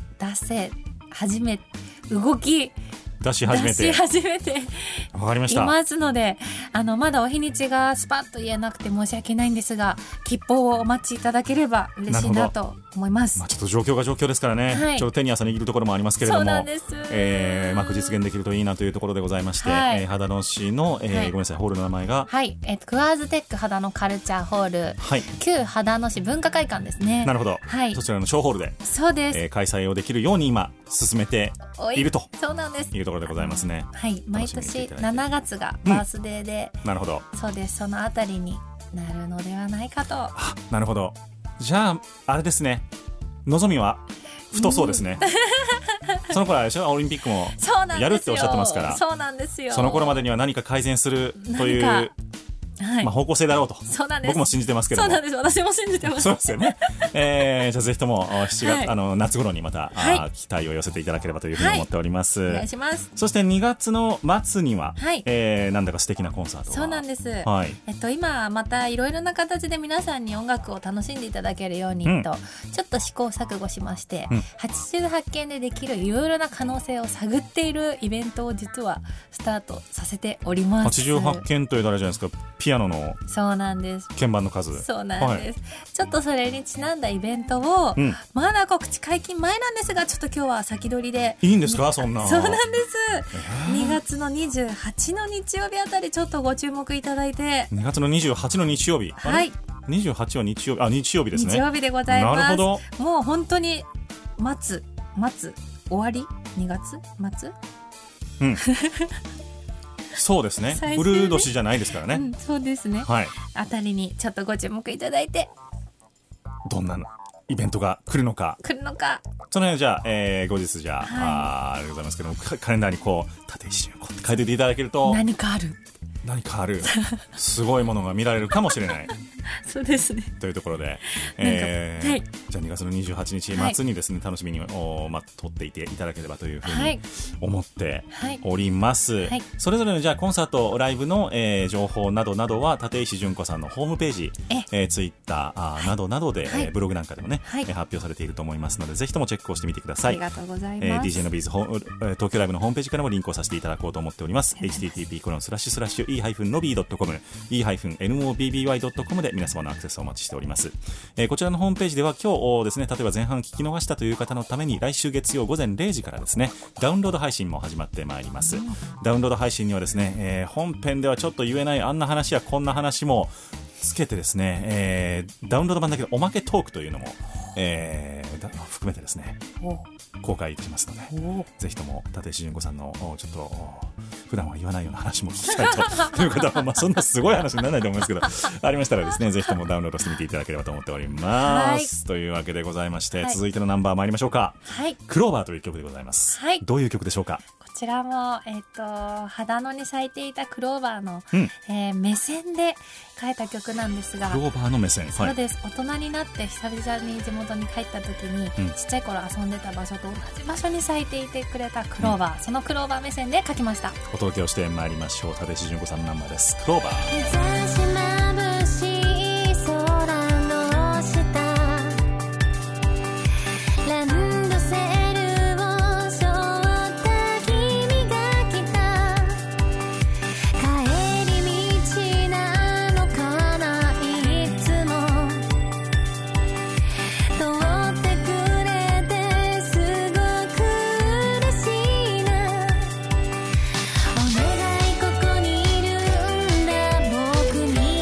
出し始めてわかりました。 いますので、まだお日にちがスパッと言えなくて申し訳ないんですが、吉報をお待ちいただければ嬉しいなと思います。 ちょっと状況が状況ですからね、ちょっと手に汗握るところもありますけれども、うまく実現できるといいなというところでございまして、秦野市の、ごめんなさい、ホールの名前が、 クワーズテック秦野カルチャーホール、旧秦野市文化会館ですね。 なるほど、そちらの小ホールで、 そうです、 開催をできるように今進めているとそうなんですいうところでございますね。 毎年7月がバースデーで、 なるほど、 そうです。そのあたりになるのではないかと。 なるほど。じゃああれですね、望みは太そうですね。その頃あれでしょ、オリンピックもやるっておっしゃってますから、 そうなんですよ。 その頃までには何か改善するというはい、 方向性だろうとそうなんです。 僕も信じてますけども。 そうなんです。私も信じてます。 そうですよね。じゃあぜひとも7月、はい、夏頃にまた、 はい、 期待を寄せていただければというふうに思っております。 はい、お願いします。 そして2月の末には、 はい、 なんだか素敵なコンサートが。 そうなんです。 はい、 今またいろいろな形で皆さんに音楽を楽しんでいただけるようにと、ちょっと試行錯誤しまして、88件でできるいろいろな可能性を探っているイベントを実はスタートさせております。 88件というとあれじゃないですか、ピアノのそうなんです。 鍵盤の数。 そうなんです、はい、ちょっとそれにちなんだイベントを、まだ告知解禁前なんですが、ちょっと今日は先取りで。 いいんですか、そんな。 そうなんです、2月の28の日曜日あたりちょっとご注目いただいて。 2月の28の日曜日、 はい、 28は日曜日、日曜日ですね。 日曜日でございます。 なるほど。 もう本当に末終わり2月末そうですね。ウルー年じゃないですからね。 そうですね。 はい。 あたりにちょっとご注目いただいて、 どんなイベントが来るのか。その辺はじゃあ、後日じゃあ、ありがとうございますけども、カレンダーにこう立石純子って書いておいていただけると、 何かあるすごいものが見られるかもしれないそうですね。 というところで、じゃあ2月の28日末にですね、楽しみに撮っていていただければというふうに思っております、それぞれのじゃあコンサートライブの、情報などなどは立石純子さんのホームページ、ツイッターなどなどで、ブログなんかでもね、発表されていると思いますので、ぜひともチェックをしてみてください。 ありがとうございます。 DJ のビーズ東京ライブのホームページからもリンクをさせていただこうと思っております。http://e-nobby.com e-nobby.com で皆様のアクセスをお待ちしております。こちらのホームページでは今日ですね、例えば前半聞き逃したという方のために来週月曜午前0時からですね、ダウンロード配信も始まってまいります。ダウンロード配信にはですね、本編ではちょっと言えないあんな話やこんな話もつけてですね、ダウンロード版だけどおまけトークというのも、含めてですね公開いたしますので、ぜひとも立石純子さんのちょっと普段は言わないような話も聞きたいという方は、そんなすごい話にならないと思いますけどありましたらですね、ぜひともダウンロードしてみていただければと思っております、というわけでございまして、続いてのナンバー参りましょうか。クローバーという曲でございます、どういう曲でしょうか。 こちらも、秦野に咲いていたクローバーの、目線で書いた曲なんですが、 クローバーの目線、 そうです、大人になって久々に地元に帰った時に、ちっちゃい頃遊んでた場所と同じ場所に咲いていてくれたクローバー、そのクローバー目線で書きました。 お届けをしてまいりましょう。立石純子さんのナンバーです。クローバー。 お願いここにいるんだ僕に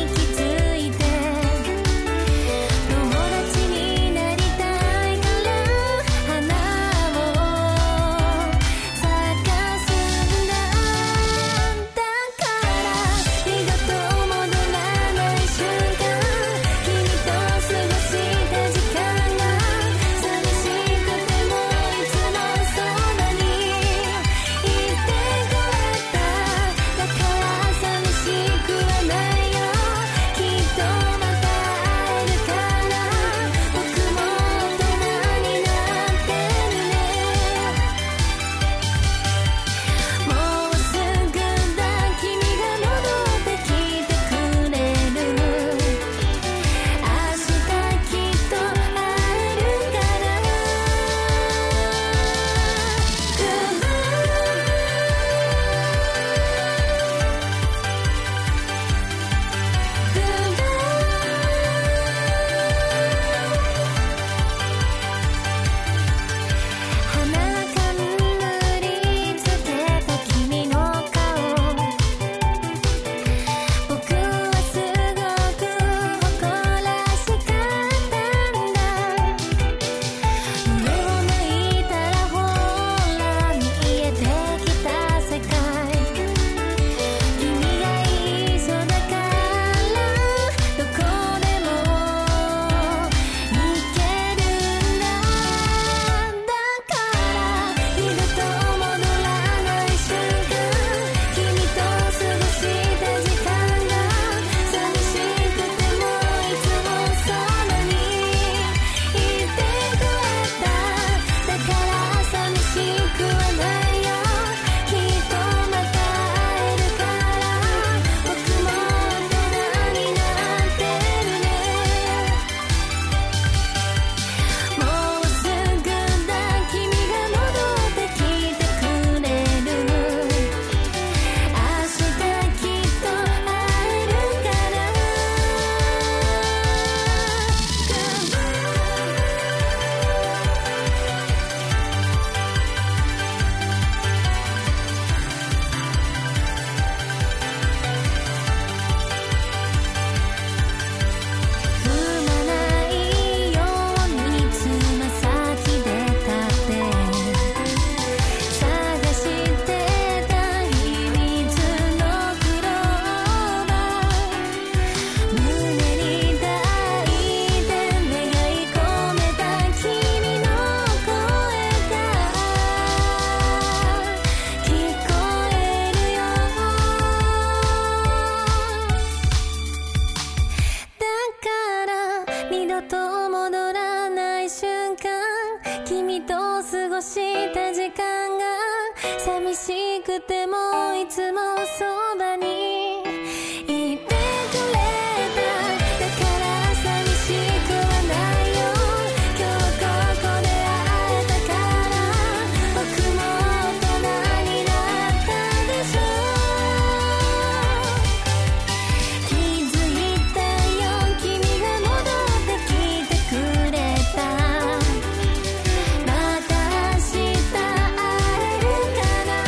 でもいつもそばにいてくれた。だから寂しくはないよ。今日ここで会えたから僕も大人になったでしょ。気づいたよ、君が戻ってきてくれた。また明日会えるかな。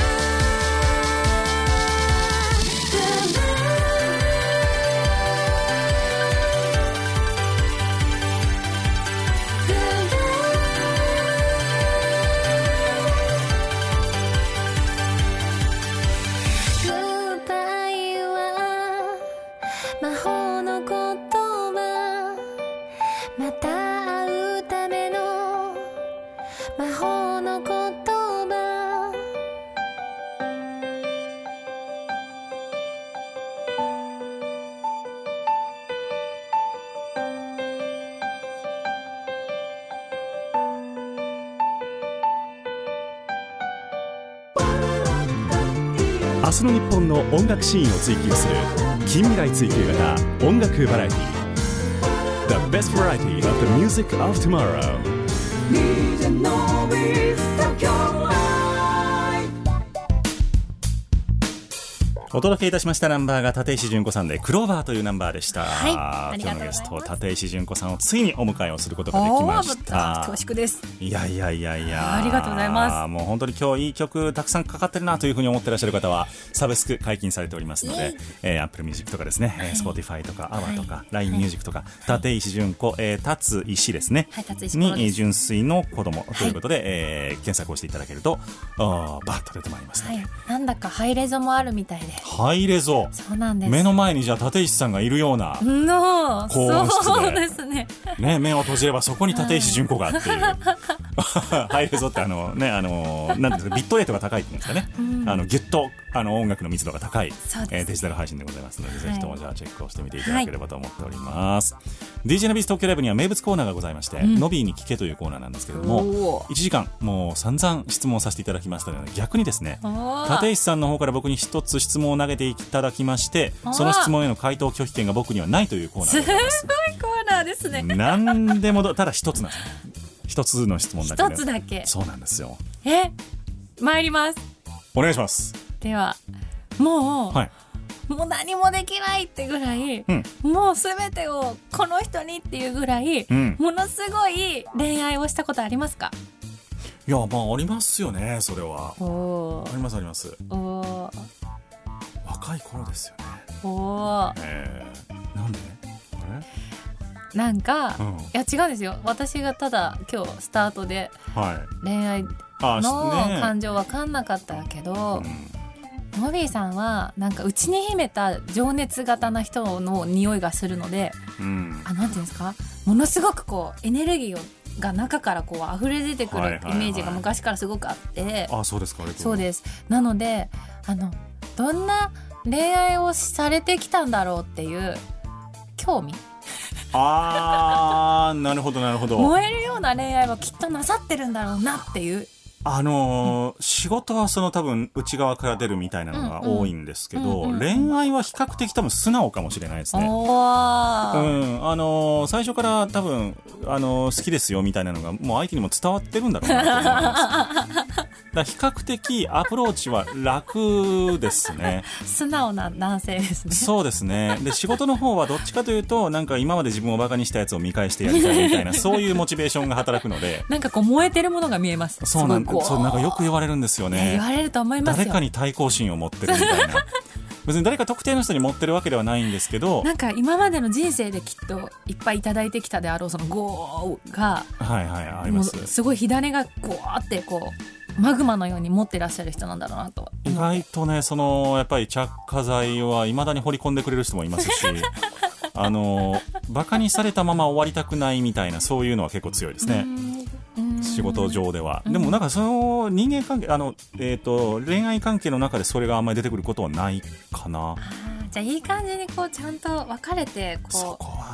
グッバイは魔法の言葉。また会うための魔法の言葉。 明日の日本の音楽シーンを追求する近未来追求型音楽バラエティ The best variety of the music of tomorrow。 DJ Nobis Tokyo Live。 お届けいたしましたナンバーが立石純子さんでクローバーというナンバーでした。 はいありがとうございます。 今日のゲスト立石純子さんをついにお迎えをすることができました恐縮です。 いやいやいやいやありがとうございます。 もう本当に今日いい曲たくさんかかってるなというふうに思ってらっしゃる方はサブスク解禁されておりますので、Apple Music とかですね、Spotify とか AWA とか、LINE Music とか、立石純子、立石ですね、 はい立石に純粋の子供ということで、検索をしていただけるとバッと出てまいりますので、 はいなんだかハイレゾもあるみたいで。 ハイレゾそうなんです。 目の前にじゃあ立石さんがいるような、 の高音質でそうですね。 ね、目を閉じればそこに立石純子がっていうハイレゾってなんていうんですか、ビットレートが高いっていうんですかね、ギュッと音楽の密度が高い、 そうですデジタル配信でございますので、ぜひともじゃあチェックをしてみていただければと思っております、DJ のビーズ東京ライブには名物コーナーがございまして、ノビーに聞けというコーナーなんですけれども、1時間もう散々質問させていただきましたので、逆にですね立石さんの方から僕に一つ質問を投げていただきまして、その質問への回答拒否権が僕にはないというコーナーでございます。 すごいコーナーですね。 何でもただ一つなんです。一つの質問だけ、 一つだけ。 そうなんですよ。 参ります。 お願いします。 ではもう、 はい、 もう何もできないってぐらい、もう全てをこの人にっていうぐらい、ものすごい恋愛をしたことありますか？ いや、まあありますよね、それは。 おありますあります。 お若い頃ですよね。 おなんで？あれ？ なんか、 うん、 いや違うんですよ。私がただ今日スタートで恋愛の感情分かんなかったけど、ノビーさんはなんか内に秘めた情熱型な人の匂いがするので、なんていうんですか、ものすごくこうエネルギーが中からこう溢れ出てくるイメージが昔からすごくあって、 あ、そうですか。 そうです。なのでどんな恋愛をされてきたんだろうっていう興味なるほどなるほど。 燃えるような恋愛はきっとなさってるんだろうなっていう。 仕事は多分内側から出るみたいなのが多いんですけど、恋愛は比較的多分素直かもしれないですね。最初から多分好きですよみたいなのがもう相手にも伝わってるんだろうなと思います。だ比較的アプローチは楽ですね。 素直な男性ですね。 そうですね。で仕事の方はどっちかというとなんか今まで自分をバカにしたやつを見返してやりたいみたいなそういうモチベーションが働くので、 なんかこう燃えてるものが見えます。 そうなんかよく言われるんですよね。 言われると思いますよ。 誰かに対抗心を持ってるみたいな。別に誰か特定の人に持ってるわけではないんですけど、 なんか今までの人生できっといっぱいいただいてきたであろうそのゴーが、 あります。 すごい火種がゴーってこうマグマのように持ってらっしゃる人なんだろうなと。 意外とね、やっぱり着火剤は未だに掘り込んでくれる人もいますしバカにされたまま終わりたくないみたいなそういうのは結構強いですね。仕事上では。でもなんかその人間関係恋愛関係の中でそれがあんまり出てくることはないかな。 じゃあいい感じにこうちゃんと分かれてこうそこは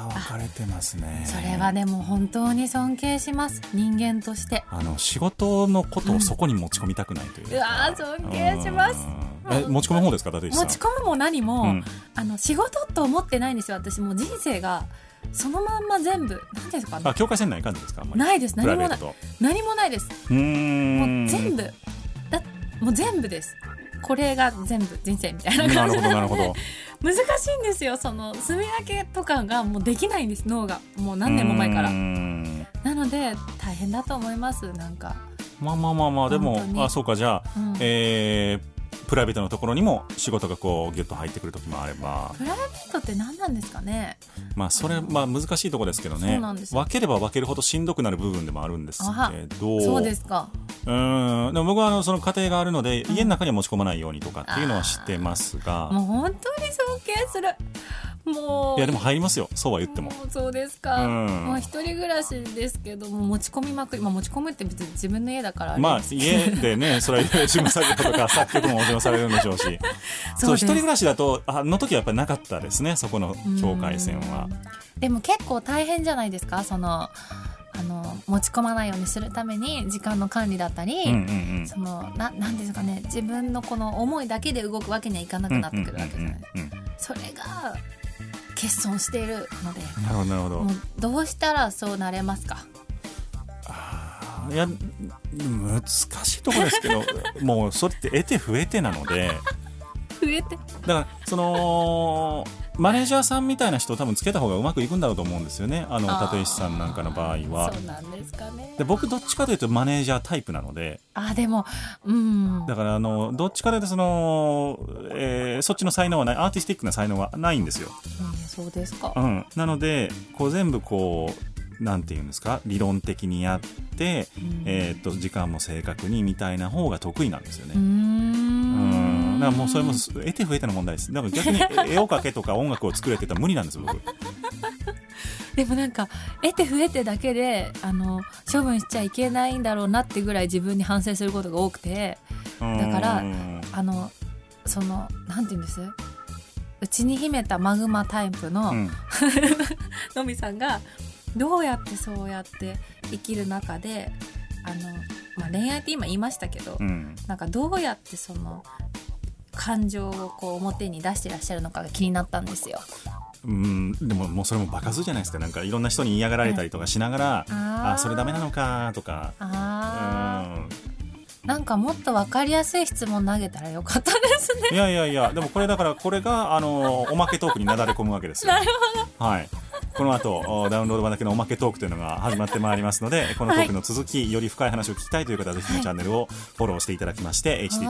分かれてますね。 それはでも本当に尊敬します、人間として。 仕事のことをそこに持ち込みたくないというか、 うわー尊敬します。 持ち込む方ですか、立石さん。 持ち込むも何も、仕事と思ってないんですよ。私もう人生がそのまんま全部、なんですかね、 境界線ない感じですか。あんまりないです。何もない、何もないです。もう全部もう全部です。これが全部人生みたいな感じなので、難しいんですよ。その住み分けとかがもうできないんです、脳が。もう何年も前から。なので大変だと思います。なんかまあでも、そうか、じゃあ、プライベートのところにも仕事がこうギュッと入ってくる時もあれば。 プライベートって何なんですかね。 それ難しいところですけどね。分ければ分けるほどしんどくなる部分でもあるんですけど。 そうですか。 でも僕はその家庭があるので、家の中には持ち込まないようにとかっていうのは知ってますが、 もう本当に尊敬する。もういやでも入りますよ、そうは言っても。 そうですか。一人暮らしですけども、持ち込みまくり、持ち込むって別に自分の家だから家でねそれは事務作業とか作曲ももちろんされるんでしょうしそう、一人暮らしだと時はやっぱりなかったですね、そこの境界線は。 でも結構大変じゃないですか。その持ち込まないようにするために時間の管理だったり、なんですかね、自分のこの思いだけで動くわけにはいかなくなってくるわけじゃないですか。それが欠損しているので。 なるほど。 もうどうしたらそうなれますか。 いや難しいところですけどもうそれって得て増えてなので増えてだからマネージャーさんみたいな人を多分つけた方がうまくいくんだろうと思うんですよね。立石さんなんかの場合は。 そうなんですかね。 で僕どっちかというとマネージャータイプなので。 でもだからどっちかというとそっちの才能はない、アーティスティックな才能はないんですよ。 そうですか。 なので全部なんていうんですか、理論的にやって、時間も正確にみたいな方が得意なんですよね。だからもうそれも得て増えての問題です。だから逆に絵を描けとか音楽を作れって言ったら無理なんです僕。 でもなんか得て増えてだけで処分しちゃいけないんだろうなってぐらい自分に反省することが多くて、だからなんていうんです、うちに秘めたマグマタイプの、のみさんがどうやってそうやって生きる中で恋愛って今言いましたけど、なんかどうやってその感情を表に出してらっしゃるのかが気になったんですよ。 でももうそれも場数じゃないですか。なんかいろんな人に嫌がられたりとかしながら、それダメなのかとか。 なんかもっと分かりやすい質問投げたらよかったですね。 いやでもこれがおまけトークになだれ込むわけですよ。 なるほど。 はい。この後ダウンロード版だけのおまけトークというのが始まってまいりますので、このトークの続き、より深い話を聞きたいという方はぜひのチャンネルをフォローしていただきまして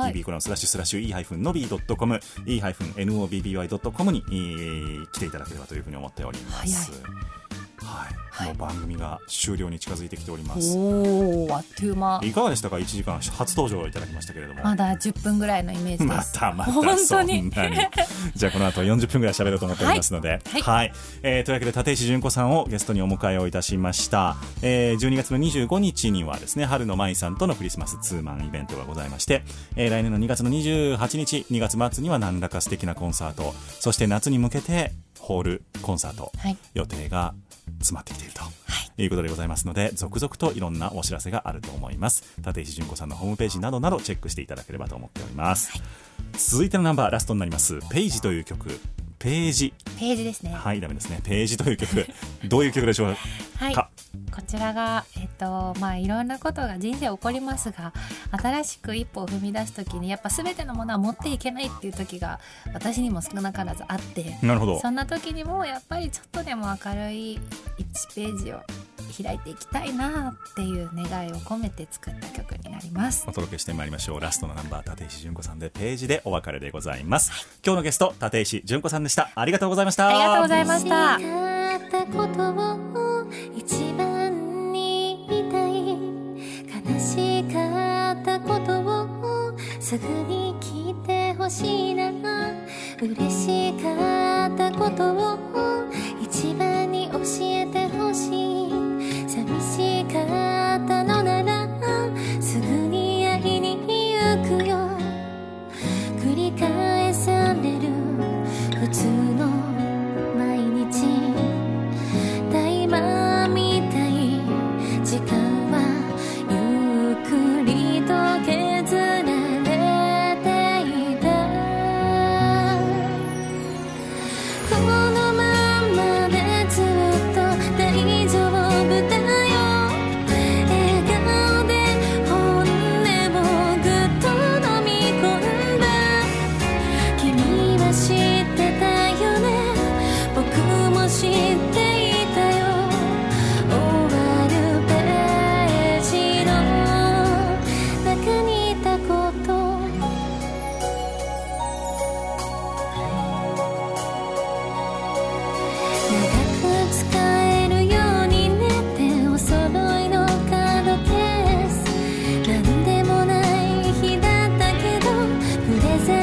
、http://e-nobby.com e-nobby.com に来ていただければというふうに思っております。もう番組が終了に近づいてきております。 あっという間。 いかがでしたか。1時間初登場いただきましたけれども、 まだ10分ぐらいのイメージです。 また本当にそんなにじゃあこの後40分ぐらい喋ろうと思っておりますので、というわけで立石純子さんをゲストにお迎えをいたしました。12月の25日にはですね、春の舞さんとのクリスマスツーマンイベントがございまして、来年の2月の28日2月末には何らか素敵なコンサート、そして夏に向けてホールコンサート、予定が詰まってきているということでございますので、続々といろんなお知らせがあると思います。立石純子さんのホームページなどなどチェックしていただければと思っております。続いてのナンバー、ラストになりますページという曲。ページですね。 ダメですね。ページという曲どういう曲でしょうか。 こちらがいろんなことが人生起こりますが、新しく一歩を踏み出すときにやっぱ全てのものは持っていけないっていう時が私にも少なからずあって、 なるほど。 そんな時にもやっぱりちょっとでも明るい1ページを開いていきたいなっていう願いを込めて作った曲になります。 お届けしてまいりましょう。ラストのナンバー、立石純子さんでページでお別れでございます。今日のゲスト、立石純子さんでした。ありがとうございました。 ありがとうございました。 欲しかったことを一番に言いたい、悲しかったことをすぐに聞いてほしいな、嬉しかったことを一番に教えてほしい、寂しかったのならすぐに会いに行くよ、繰り返される普通の毎日、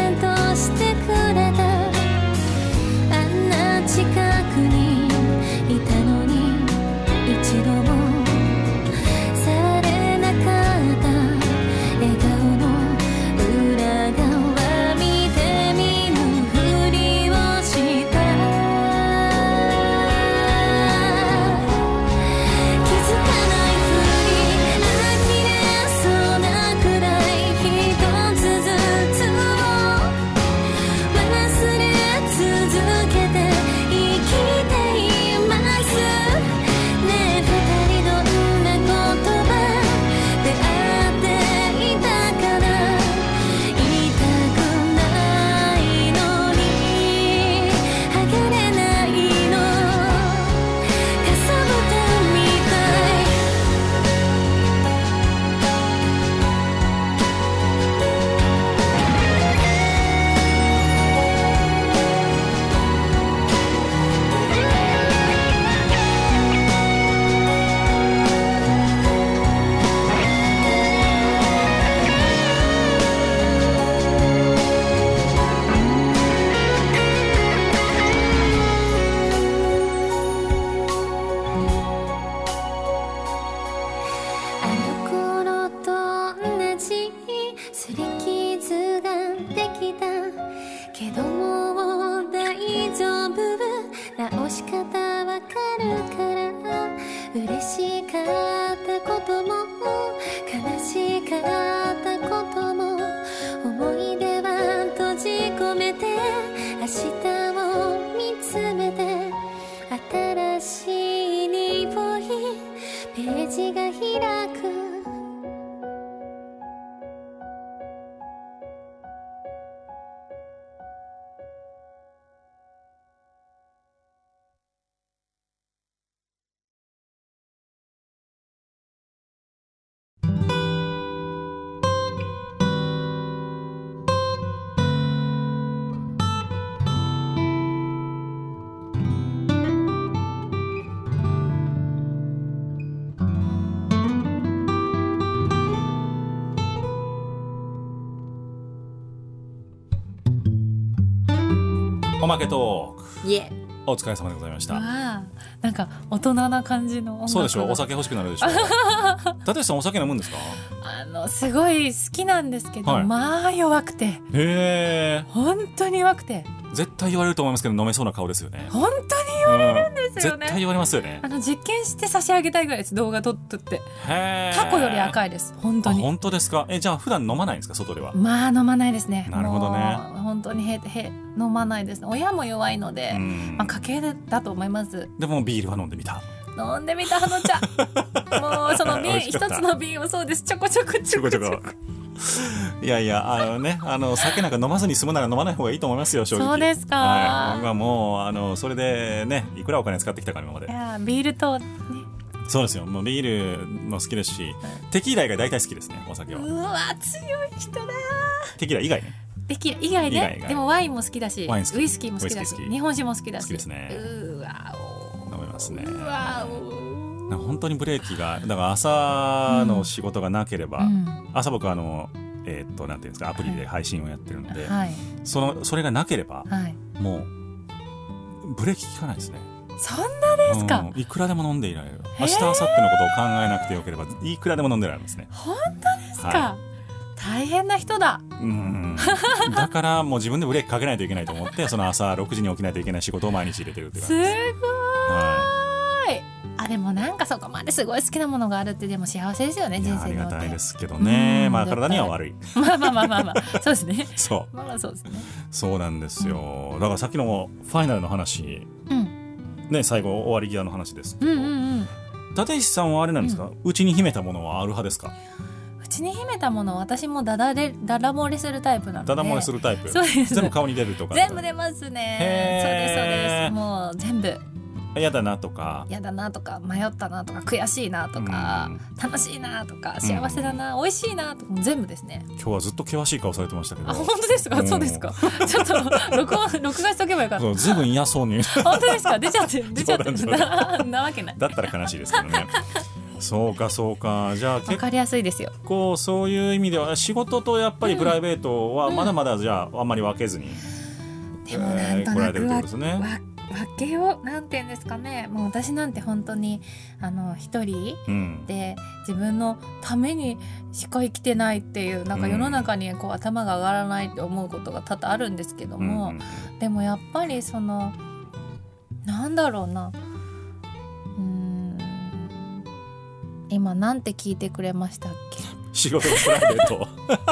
としてくれた。あんな近くにいたのに一度も触れなかった笑顔の裏側見て見ぬふりをした。気づかないふり呆れそうなくらい一つずつを忘れ続けて生きています。ねえ二人どんな言葉で会っていたかな。言いたくないのに剥がれないの。かさぶたみたい。あの頃と同じ擦り傷ができたけどもう大丈夫。直し方わかるから嬉しかったことも悲しかったことも思い出は閉じ込めて明日を見つめて新しい匂いページが開く。 おまけトークいえ。 お疲れ様でございました。 わあ、なんか大人な感じの音楽が。 そうでしょ、お酒欲しくなるでしょ。立石さんお酒飲むんですか？ すごい好きなんですけど、 はいまあ弱くて、 へえ。 本当に弱くて、 絶対言われると思いますけど飲めそうな顔ですよね。 本当に言われるんですよね。 絶対言われますよね。 実験して差し上げたいぐらいです。動画撮って。 へえ。 タコより赤いです。本当に。 本当ですか？じゃあ普段飲まないんですか、外では？ まあ飲まないですね。 なるほどね。 もう本当に飲まないですね。親も弱いので、まあ家系だと思います。 でもビールは飲んでみた。 飲んでみた花茶。もうその瓶、一つの瓶をそうです。ちょこちょこ。 いやいや、酒なんか飲まずに済むなら飲まない方がいいと思いますよ、正直。 そうですか。 はい、僕はもうそれでね、いくらお金使ってきたか今まで。 いやビールとね。 そうですよ。もうビールも好きですし、テキーラ以外大体好きですね、お酒は。 うわ強い人だ。 テキーラ以外ね。 テキーラ以外ね。でもワインも好きだし、 ワイン好き、 ウイスキーも好きだし、日本酒も好きだし。 好きですね。 うわお。 飲めますね。 うわお。 本当にブレーキが、だから朝の仕事がなければ、朝僕なんていうんですか、アプリで配信をやってるので、 はい、 それがなければ、 はい、 もうブレーキ効かないですね。 そんなですか？ いくらでも飲んでいられる。明日明後日のことを考えなくてよければいくらでも飲んでられますね。 本当ですか？はい、大変な人だ。 だからもう自分でブレーキかけないといけないと思って、その朝6時に起きないといけない仕事を毎日入れてるっていう感じです。 すごい、でもなんかそこまですごい好きなものがあるってでも幸せですよね、人生にとって。 ありがたいですけどね、まあ体には悪い。 まあそうですね。 そうまあそうですね。 そうなんですよ。だからさっきのファイナルの話、ね、最後終わり際の話ですけど、立石さんはあれなんですか、うちに秘めたものはある派ですか？ うちに秘めたものは私もダダ漏れするタイプなので。ダダ漏れするタイプ。 そうです。 全部顔に出るとか。 全部出ますね。そうですそうです。もう全部。 嫌だなとか迷ったなとか悔しいなとか、楽しいなとか幸せだな、美味しいなとか全部ですね。 今日はずっと険しい顔されてましたけど。 あ、本当ですか？そうですか。ちょっと録画しとけばよかった。 ずいぶん嫌そうに。 本当ですか？出ちゃってなわけない。 だったら悲しいですけどね。 そうかそうか。じゃあ結わかりやすいですよ。 構そういう意味では仕事とやっぱりプライベートはまだまだじゃああんまり分けずに、 でもなんと来られてるってなくことですね。 分けようなんて言うんですかね。もう私なんて本当に一人うんで自分のためにしか生きてないっていう、なんか世の中にこう頭が上がらないって思うことが多々あるんですけども、でもやっぱりそのなんだろうな、今なんて聞いてくれましたっけ。 仕事とプライベート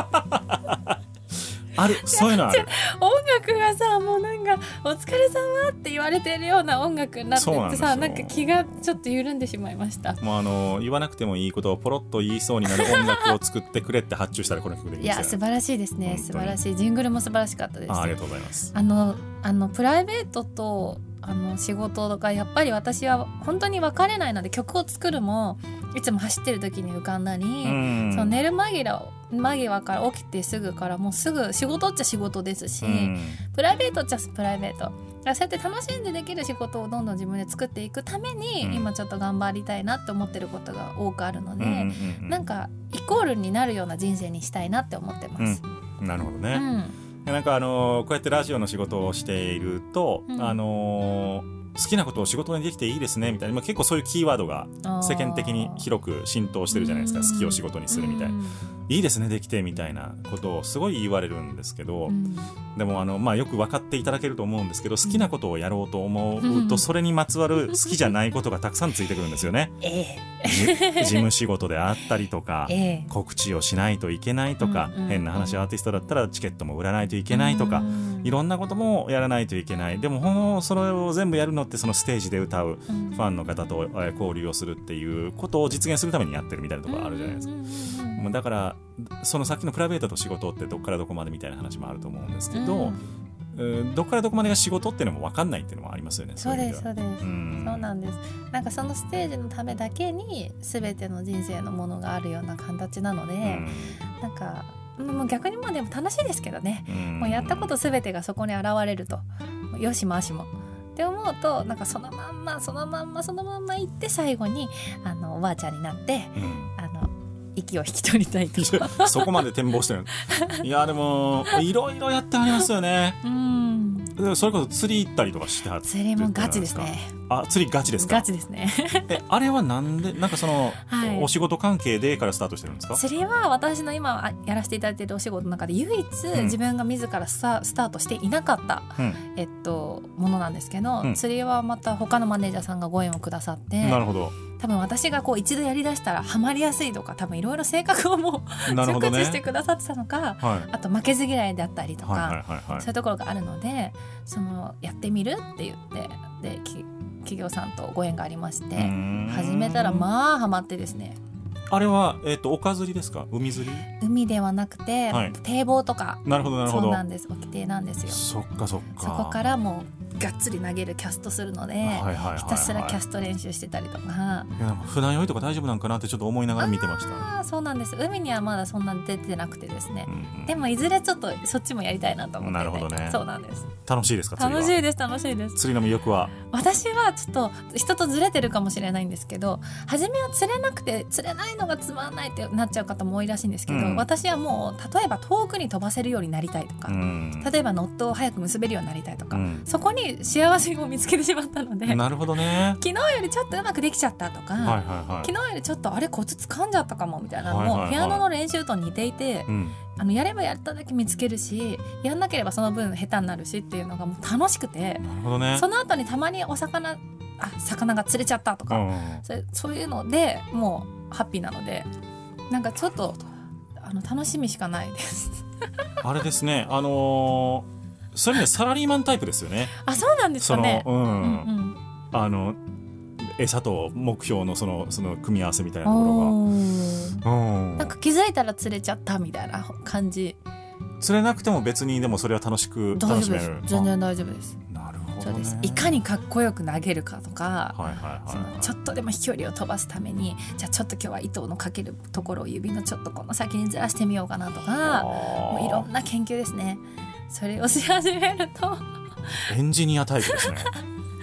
ある、そういうのある。 音楽がさ、もうなんかお疲れ様って言われてるような音楽になっててさ、なんか気がちょっと緩んでしまいました。 もう言わなくてもいいことをポロッと言いそうになる音楽を作ってくれって発注したらこの曲でいいんいですよ、 や素晴らしいですね。素晴らしい。ジングルも素晴らしかったです。 ありがとうございます。 プライベートと仕事がやっぱり私は本当に分かれないので、曲を作るもいつも走ってる時に浮かんだり、その寝る間際から起きてすぐからもうすぐ仕事っちゃ仕事ですし、プライベートっちゃプライベート。だからそうやって楽しんでできる仕事をどんどん自分で作っていくために、今ちょっと頑張りたいなって思ってることが多くあるので、なんかイコールになるような人生にしたいなって思ってます。 なるほどね。なんかこうやってラジオの仕事をしていると、好きなことを仕事にできていいですねみたいな、結構そういうキーワードが世間的に広く浸透してるじゃないですか。好きを仕事にするみたいな、いいですねできてみたいなことをすごい言われるんですけど、でもよく分かっていただけると思うんですけど、好きなことをやろうと思うと、それにまつわる好きじゃないことがたくさんついてくるんですよね。事務仕事であったりとか、告知をしないといけないとか、変な話、アーティストだったらチケットも売らないといけないとか、いろんなこともやらないといけない。でもそれを全部やるのってそのステージで歌うファンの方と交流をするっていうことを実現するためにやってるみたいなところあるじゃないですか。だからそのさっきのプライベートと仕事ってどっからどこまでみたいな話もあると思うんですけど、どっからどこまでが仕事っていうのも分かんないっていうのもありますよね。 そうですそうです、そうなんです。なんかそのステージのためだけに全ての人生のものがあるような形なので、なんかもう逆にでも楽しいですけどね、もうやったこと全てがそこに現れると、よしもあしもって思うと、なんかそのまんま行って最後におばあちゃんになって、息を引き取りたいとそこまで展望してる。いやでもいろいろやってありますよね。それこそ釣り行ったりとかしてはって。 釣りもガチですね。 釣りガチですか。 ガチですね。 あれはなんでなんかお仕事関係でからスタートしてるんですか。 釣りは私の今やらせていただいているお仕事の中で唯一自分が自らスタートしていなかった、ものなんですけど、釣りはまた他のマネージャーさんがご縁をくださって。なるほど。多分私が一度やりだしたらハマりやすいとか、多分いろいろ性格をもう熟知してくださってたのか、あと負けず嫌いであったりとか、そういうところがあるので、やってみるって言ってで企業さんとご縁がありまして始めたらハマってですね。 あれは、丘釣りですか。海釣り。 海ではなくて、堤防とか。 なるほどなるほど。 そうなんです。沖堤なんですよ。 そっかそっか。 そこからもうがっつり投げるキャストするので、ひたすらキャスト練習してたりとか。 いや船酔いとか大丈夫なんかなってちょっと思いながら見てました。 そうなんです。海にはまだそんな出てなくてですね、でもいずれちょっとそっちもやりたいなと思ってて。なるほどね。そうなんです。 楽しいですか。釣りは。 楽しいです楽しいです。 釣りの魅力は。 私はちょっと人とずれてるかもしれないんですけど、初めは釣れなくて釣れないのがつまんないってなっちゃう方も多いらしいんですけど、私はもう例えば遠くに飛ばせるようになりたいとか、例えばノットを早く結べるようになりたいとか、そこに幸せを見つけてしまったので。なるほどね。昨日よりちょっとうまくできちゃったとか、昨日よりちょっとあれコツ掴んじゃったかもみたいなのも、ピアノの練習と似ていて、やればやっただけ見つけるし、やんなければその分下手になるしっていうのがもう楽しくて、その後にたまに魚が釣れちゃったとか、そういうのでもうハッピーなので、なんかちょっと楽しみしかないです。 あれですね、そういう意味でサラリーマンタイプですよね。 そうなんですかね。 餌と目標のその組み合わせみたいなところが、 なんか気づいたら釣れちゃったみたいな感じ。 釣れなくても別にでもそれは楽しめる。 全然大丈夫です。 なるほどね。 いかにかっこよく投げるかとか、ちょっとでも飛距離を飛ばすために、じゃあちょっと今日は糸のかけるところを指のちょっとこの先にずらしてみようかなとか、もういろんな研究ですね。それをし始めるとエンジニアタイプですね。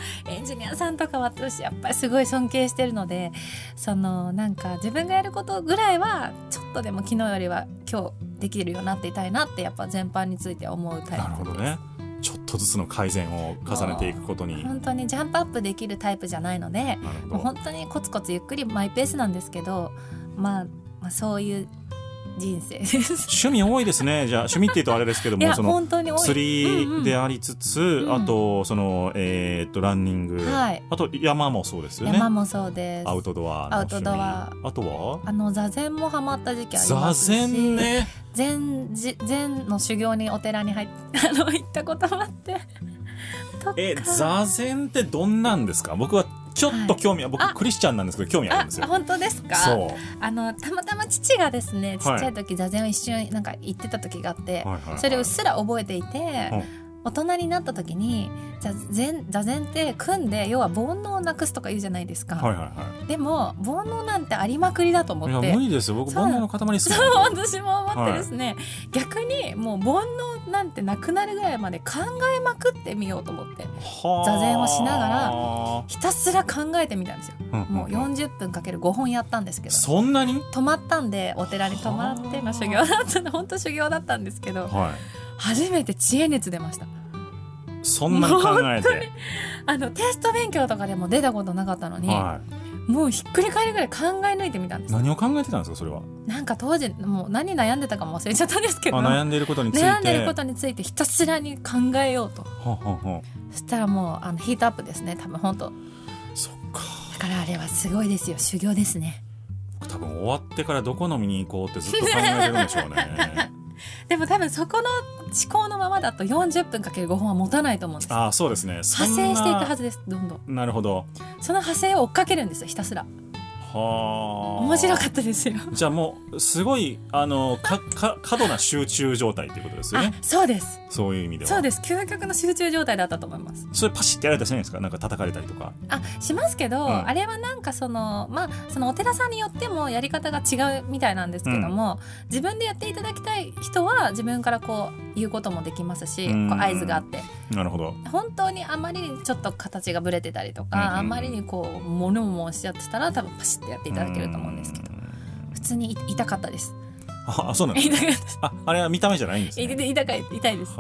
エンジニアさんとか私やっぱりすごい尊敬してるので、なんか自分がやることぐらいはちょっとでも昨日よりは今日できるようになっていたいなってやっぱ全般について思うタイプです。 なるほどね。ちょっとずつの改善を重ねていくことに。 本当にジャンプアップできるタイプじゃないので、 なるほど。 もう本当にコツコツゆっくりマイペースなんですけど、まあそういう人生です。 趣味多いですね。じゃあ趣味って言うとあれですけどいやも、その本当に多い。 釣りでありつつ、あとそのランニング、 はいあと山もそうですよね。 山もそうです。 アウトドアの趣味。 アウトドア。 あとは座禅もハマった時期ありますし。 座禅ね。 禅の修行にお寺に行ったこともあって。 座禅ってどんなんですか？僕はちょっと興味は、僕クリスチャンなんですけど興味あるんですよ。 本当ですか？ そう。 たまたま父がですね、ちっちゃい時座禅を一瞬なんか行ってた時があって、それをうっすら覚えていて、大人になった時に座禅って組んで要は煩悩をなくすとか言うじゃないですか。でも煩悩なんてありまくりだと思って。 いや無理ですよ。僕煩悩の塊ですよ。 そう私も思ってですね、逆にもう煩悩なんてなくなるぐらいまで考えまくってみようと思って座禅をしながらひたすら考えてみたんですよ。もう40分かける5本やったんですけど、 そんなに泊まったんでお寺に泊まっての修行だったの。本当修行だったんですけど、初めて知恵熱出ました。 そんなに考えてテスト勉強とかでも出たことなかったのに、もうひっくり返るぐらい考え抜いてみたんです。 何を考えてたんですかそれは？なんか当時もう何悩んでたかも忘れちゃったんですけど、 悩んでいることについてひたすらに考えようと。そしたらもうヒートアップですね。多分本当。 そっか。 だからあれはすごいですよ。修行ですね。 多分終わってからどこ飲みに行こうってずっと考えてるんでしょうね。 でも多分そこの思考のままだと40分かける5本は持たないと思うんです。 そうですね。 派生していくはずです。どんどん。 なるほど。 その派生を追っかけるんですよ。ひたすら。面白かったですよ。 じゃあもうすごい過度な集中状態ということですよね。 そうです。 そういう意味では。 そうです。究極の集中状態だったと思います。 それパシッてやられたりしないんですか？なんか叩かれたりとか。 しますけど、あれはなんかそのお寺さんによってもやり方が違うみたいなんですけども、自分でやっていただきたい人は自分からこう言うこともできますし、こう合図があって。 なるほど。 本当にあまりにちょっと形がぶれてたりとか、あまりにこう物もしちゃってたら多分パシッてやっていただけると思うんですけど、普通に痛かったです。 そうなんですね。あれは見た目じゃないんですね。 痛いです。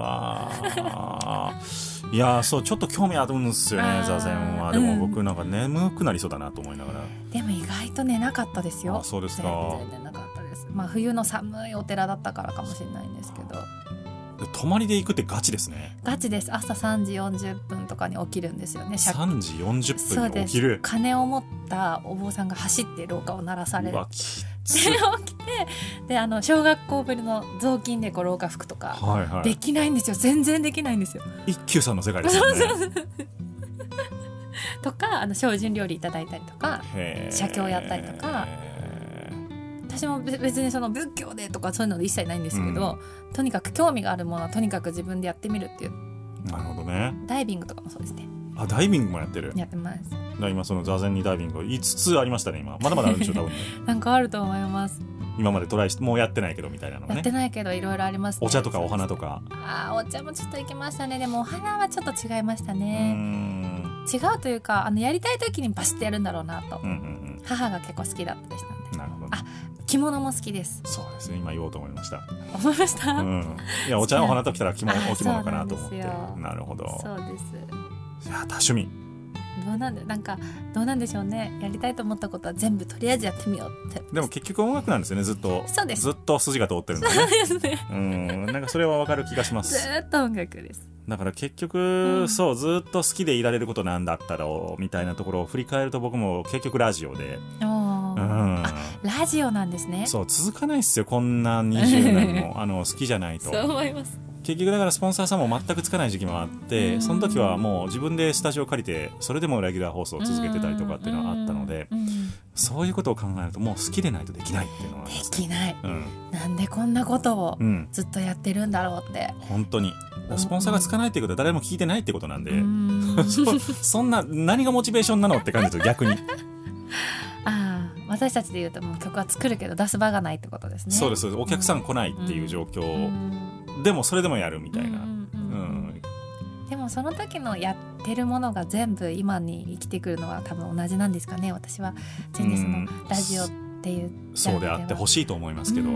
いやそうちょっと興味あるんですよね座禅は。でも僕なんか眠くなりそうだなと思いながら。 でも意外と寝なかったですよ。 そうですか。 全然寝なかったです。冬の寒いお寺だったからかもしれないんですけど。 泊まりで行くってガチですね。 ガチです。朝3時40分とかに起きるんですよね。 3時40分に起きる。 鐘を持ったお坊さんが走って廊下を鳴らされる。起きてで小学校ぶりの雑巾で廊下拭くとか、できないんですよ。全然できないんですよ。 一休さんの世界ですよね。 とか精進料理いただいたりとか写経やったりとか。私も別にその仏教でとかそういうので一切ないんですけど、とにかく興味があるものはとにかく自分でやってみるっていう。 なるほどね。 ダイビングとかもそうですね。 ダイビングもやってる。 やってます。 今その座禅にダイビング5つありましたね。今まだまだあるんでしょう多分ね。 なんかあると思います。 今までトライしてもうやってないけどみたいなのね。 やってないけどいろいろありますね。 お茶とかお花とか。 お茶もちょっと行きましたね。でもお花はちょっと違いましたね。違うというかやりたい時にバシッてやるんだろうなと。母が結構好きだったりしたんで。 なるほど。 着物も好きです。 そうですね。今言おうと思いました。 思いました。 いやお茶お花ときたらお着物かなと思って。なるほど。 そうです。 いや多趣味。 どうなんでしょうね。やりたいと思ったことは全部とりあえずやってみようって。 でも結局音楽なんですよね。ずっと。 そうです。 ずっと筋が通ってるんですね。そうですね。なんかそれはわかる気がします。 ずっと音楽です。 だから結局、そうずっと好きでいられることなんだったろうみたいなところを振り返ると僕も結局ラジオで。 ラジオなんですね。 そう続かないですよこんな20年も好きじゃないと。 そう思います。 結局だからスポンサーさんも全くつかない時期もあって、その時はもう自分でスタジオ借りてそれでもレギュラー放送を続けてたりとかっていうのはあったので、そういうことを考えるともう好きでないとできないっていうのは、 できない、なんでこんなことをずっとやってるんだろうって、 本当にスポンサーがつかないっていうことは誰も聞いてないってことなんで、そんな何がモチベーションなのって感じですよ逆に。 私たちで言うともう曲は作るけど出す場がないってことですね。 そうです。お客さん来ないっていう状況、でもそれでもやるみたいな。 でもその時のやってるものが全部今に生きてくるのは多分同じなんですかね。私はジェニスのラジオっていうそうであってほしいと思いますけど、 うん、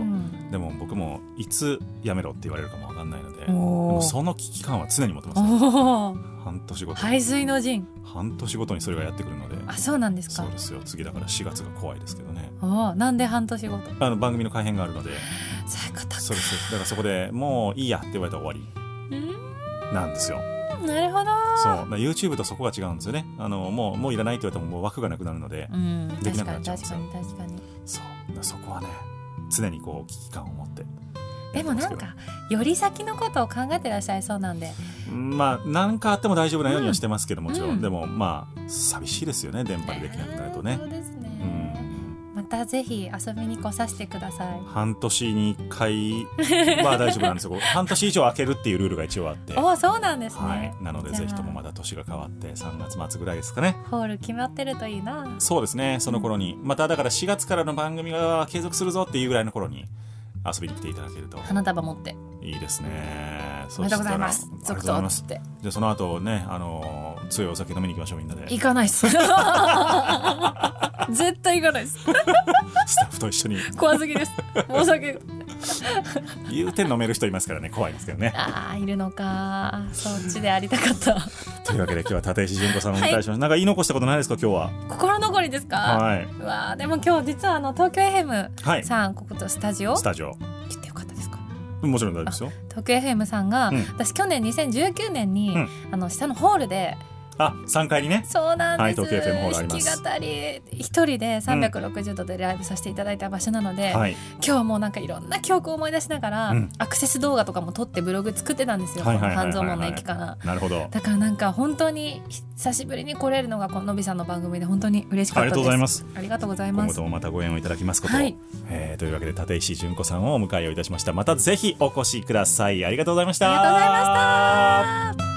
でも僕もいつやめろって言われるかも分かんないので、でおーもその危機感は常に持ってますね。 おー半年ごとに排水の陣。 半年ごとにそれがやってくるので。 あ、そうなんですか。 そうですよ。次だから4月が怖いですけどね。 おー、なんで半年ごと。 番組の改編があるので。 そういうことか。 そうです。だからそこでもういいやって言われたら終わりなんですよ。 なるほど。 そう。だから YouTube とそこが違うんですよね。もういらないって言われてももう枠がなくなるので、 うん、 できな確かにくなっちゃうんですよ。 確かに確かに。 そう。だからそこはね、常にこう危機感を持って。 でもなんかより先のことを考えてらっしゃいそうなんで、 まあ何かあっても大丈夫なようにはしてますけど、もちろん、 うんでもまあ寂しいですよね、電波でできなくなるとねそう。ですね、 うんまたぜひ遊びに来させてください。 半年に1回は大丈夫なんですよ。半年以上空けるっていうルールが一応あって、 お、そうなんですね、 はい、なのでじゃあぜひともまた年が変わって3月末ぐらいですかね。 ホール決まってるといいな。 そうですね、その頃にまただから4月からの番組が継続するぞっていうぐらいの頃に遊びに来ていただけると花束持っていいですね。 おめでとうございますそしたら続ありがとうございます。 々っつってでその後ね、強いお酒飲みに行きましょうみんなで。 行かないっす絶対行かないっすスタッフと一緒に怖すぎですお酒言うて飲める人いますからね、怖いですけどね。 あーいるのか、そっちでありたかったというわけで今日は立石純子さんをお迎えしました、なんか言い残したことないですか今日は。 心残りですか、 はい、 うわーでも今日実は東京 FM はい、 さん、こことスタジオスタジオ来てよかったですか。 もちろん大丈夫ですよ。 東京 FM さんが、 うん私去年2019年に、下のホールで、 あ、3階にね。 そうなんです、 はい東京 FM ホールあります弾き語り一人で360度でライブさせていただいた場所なので、 はい、 今日もなんかいろんな記憶を思い出しながら、 うんアクセス動画とかも撮ってブログ作ってたんですよ、この半蔵門の駅から。 なるほど。 だからなんか本当に久しぶりに来れるのがこののびさんの番組で本当に嬉しかったです。 ありがとうございます。 ありがとうございます。 今後ともまたご縁をいただきますことを、 はい、 というわけで立石純子さんをお迎えをいたしました。またぜひお越しください。ありがとうございました。 ありがとうございました。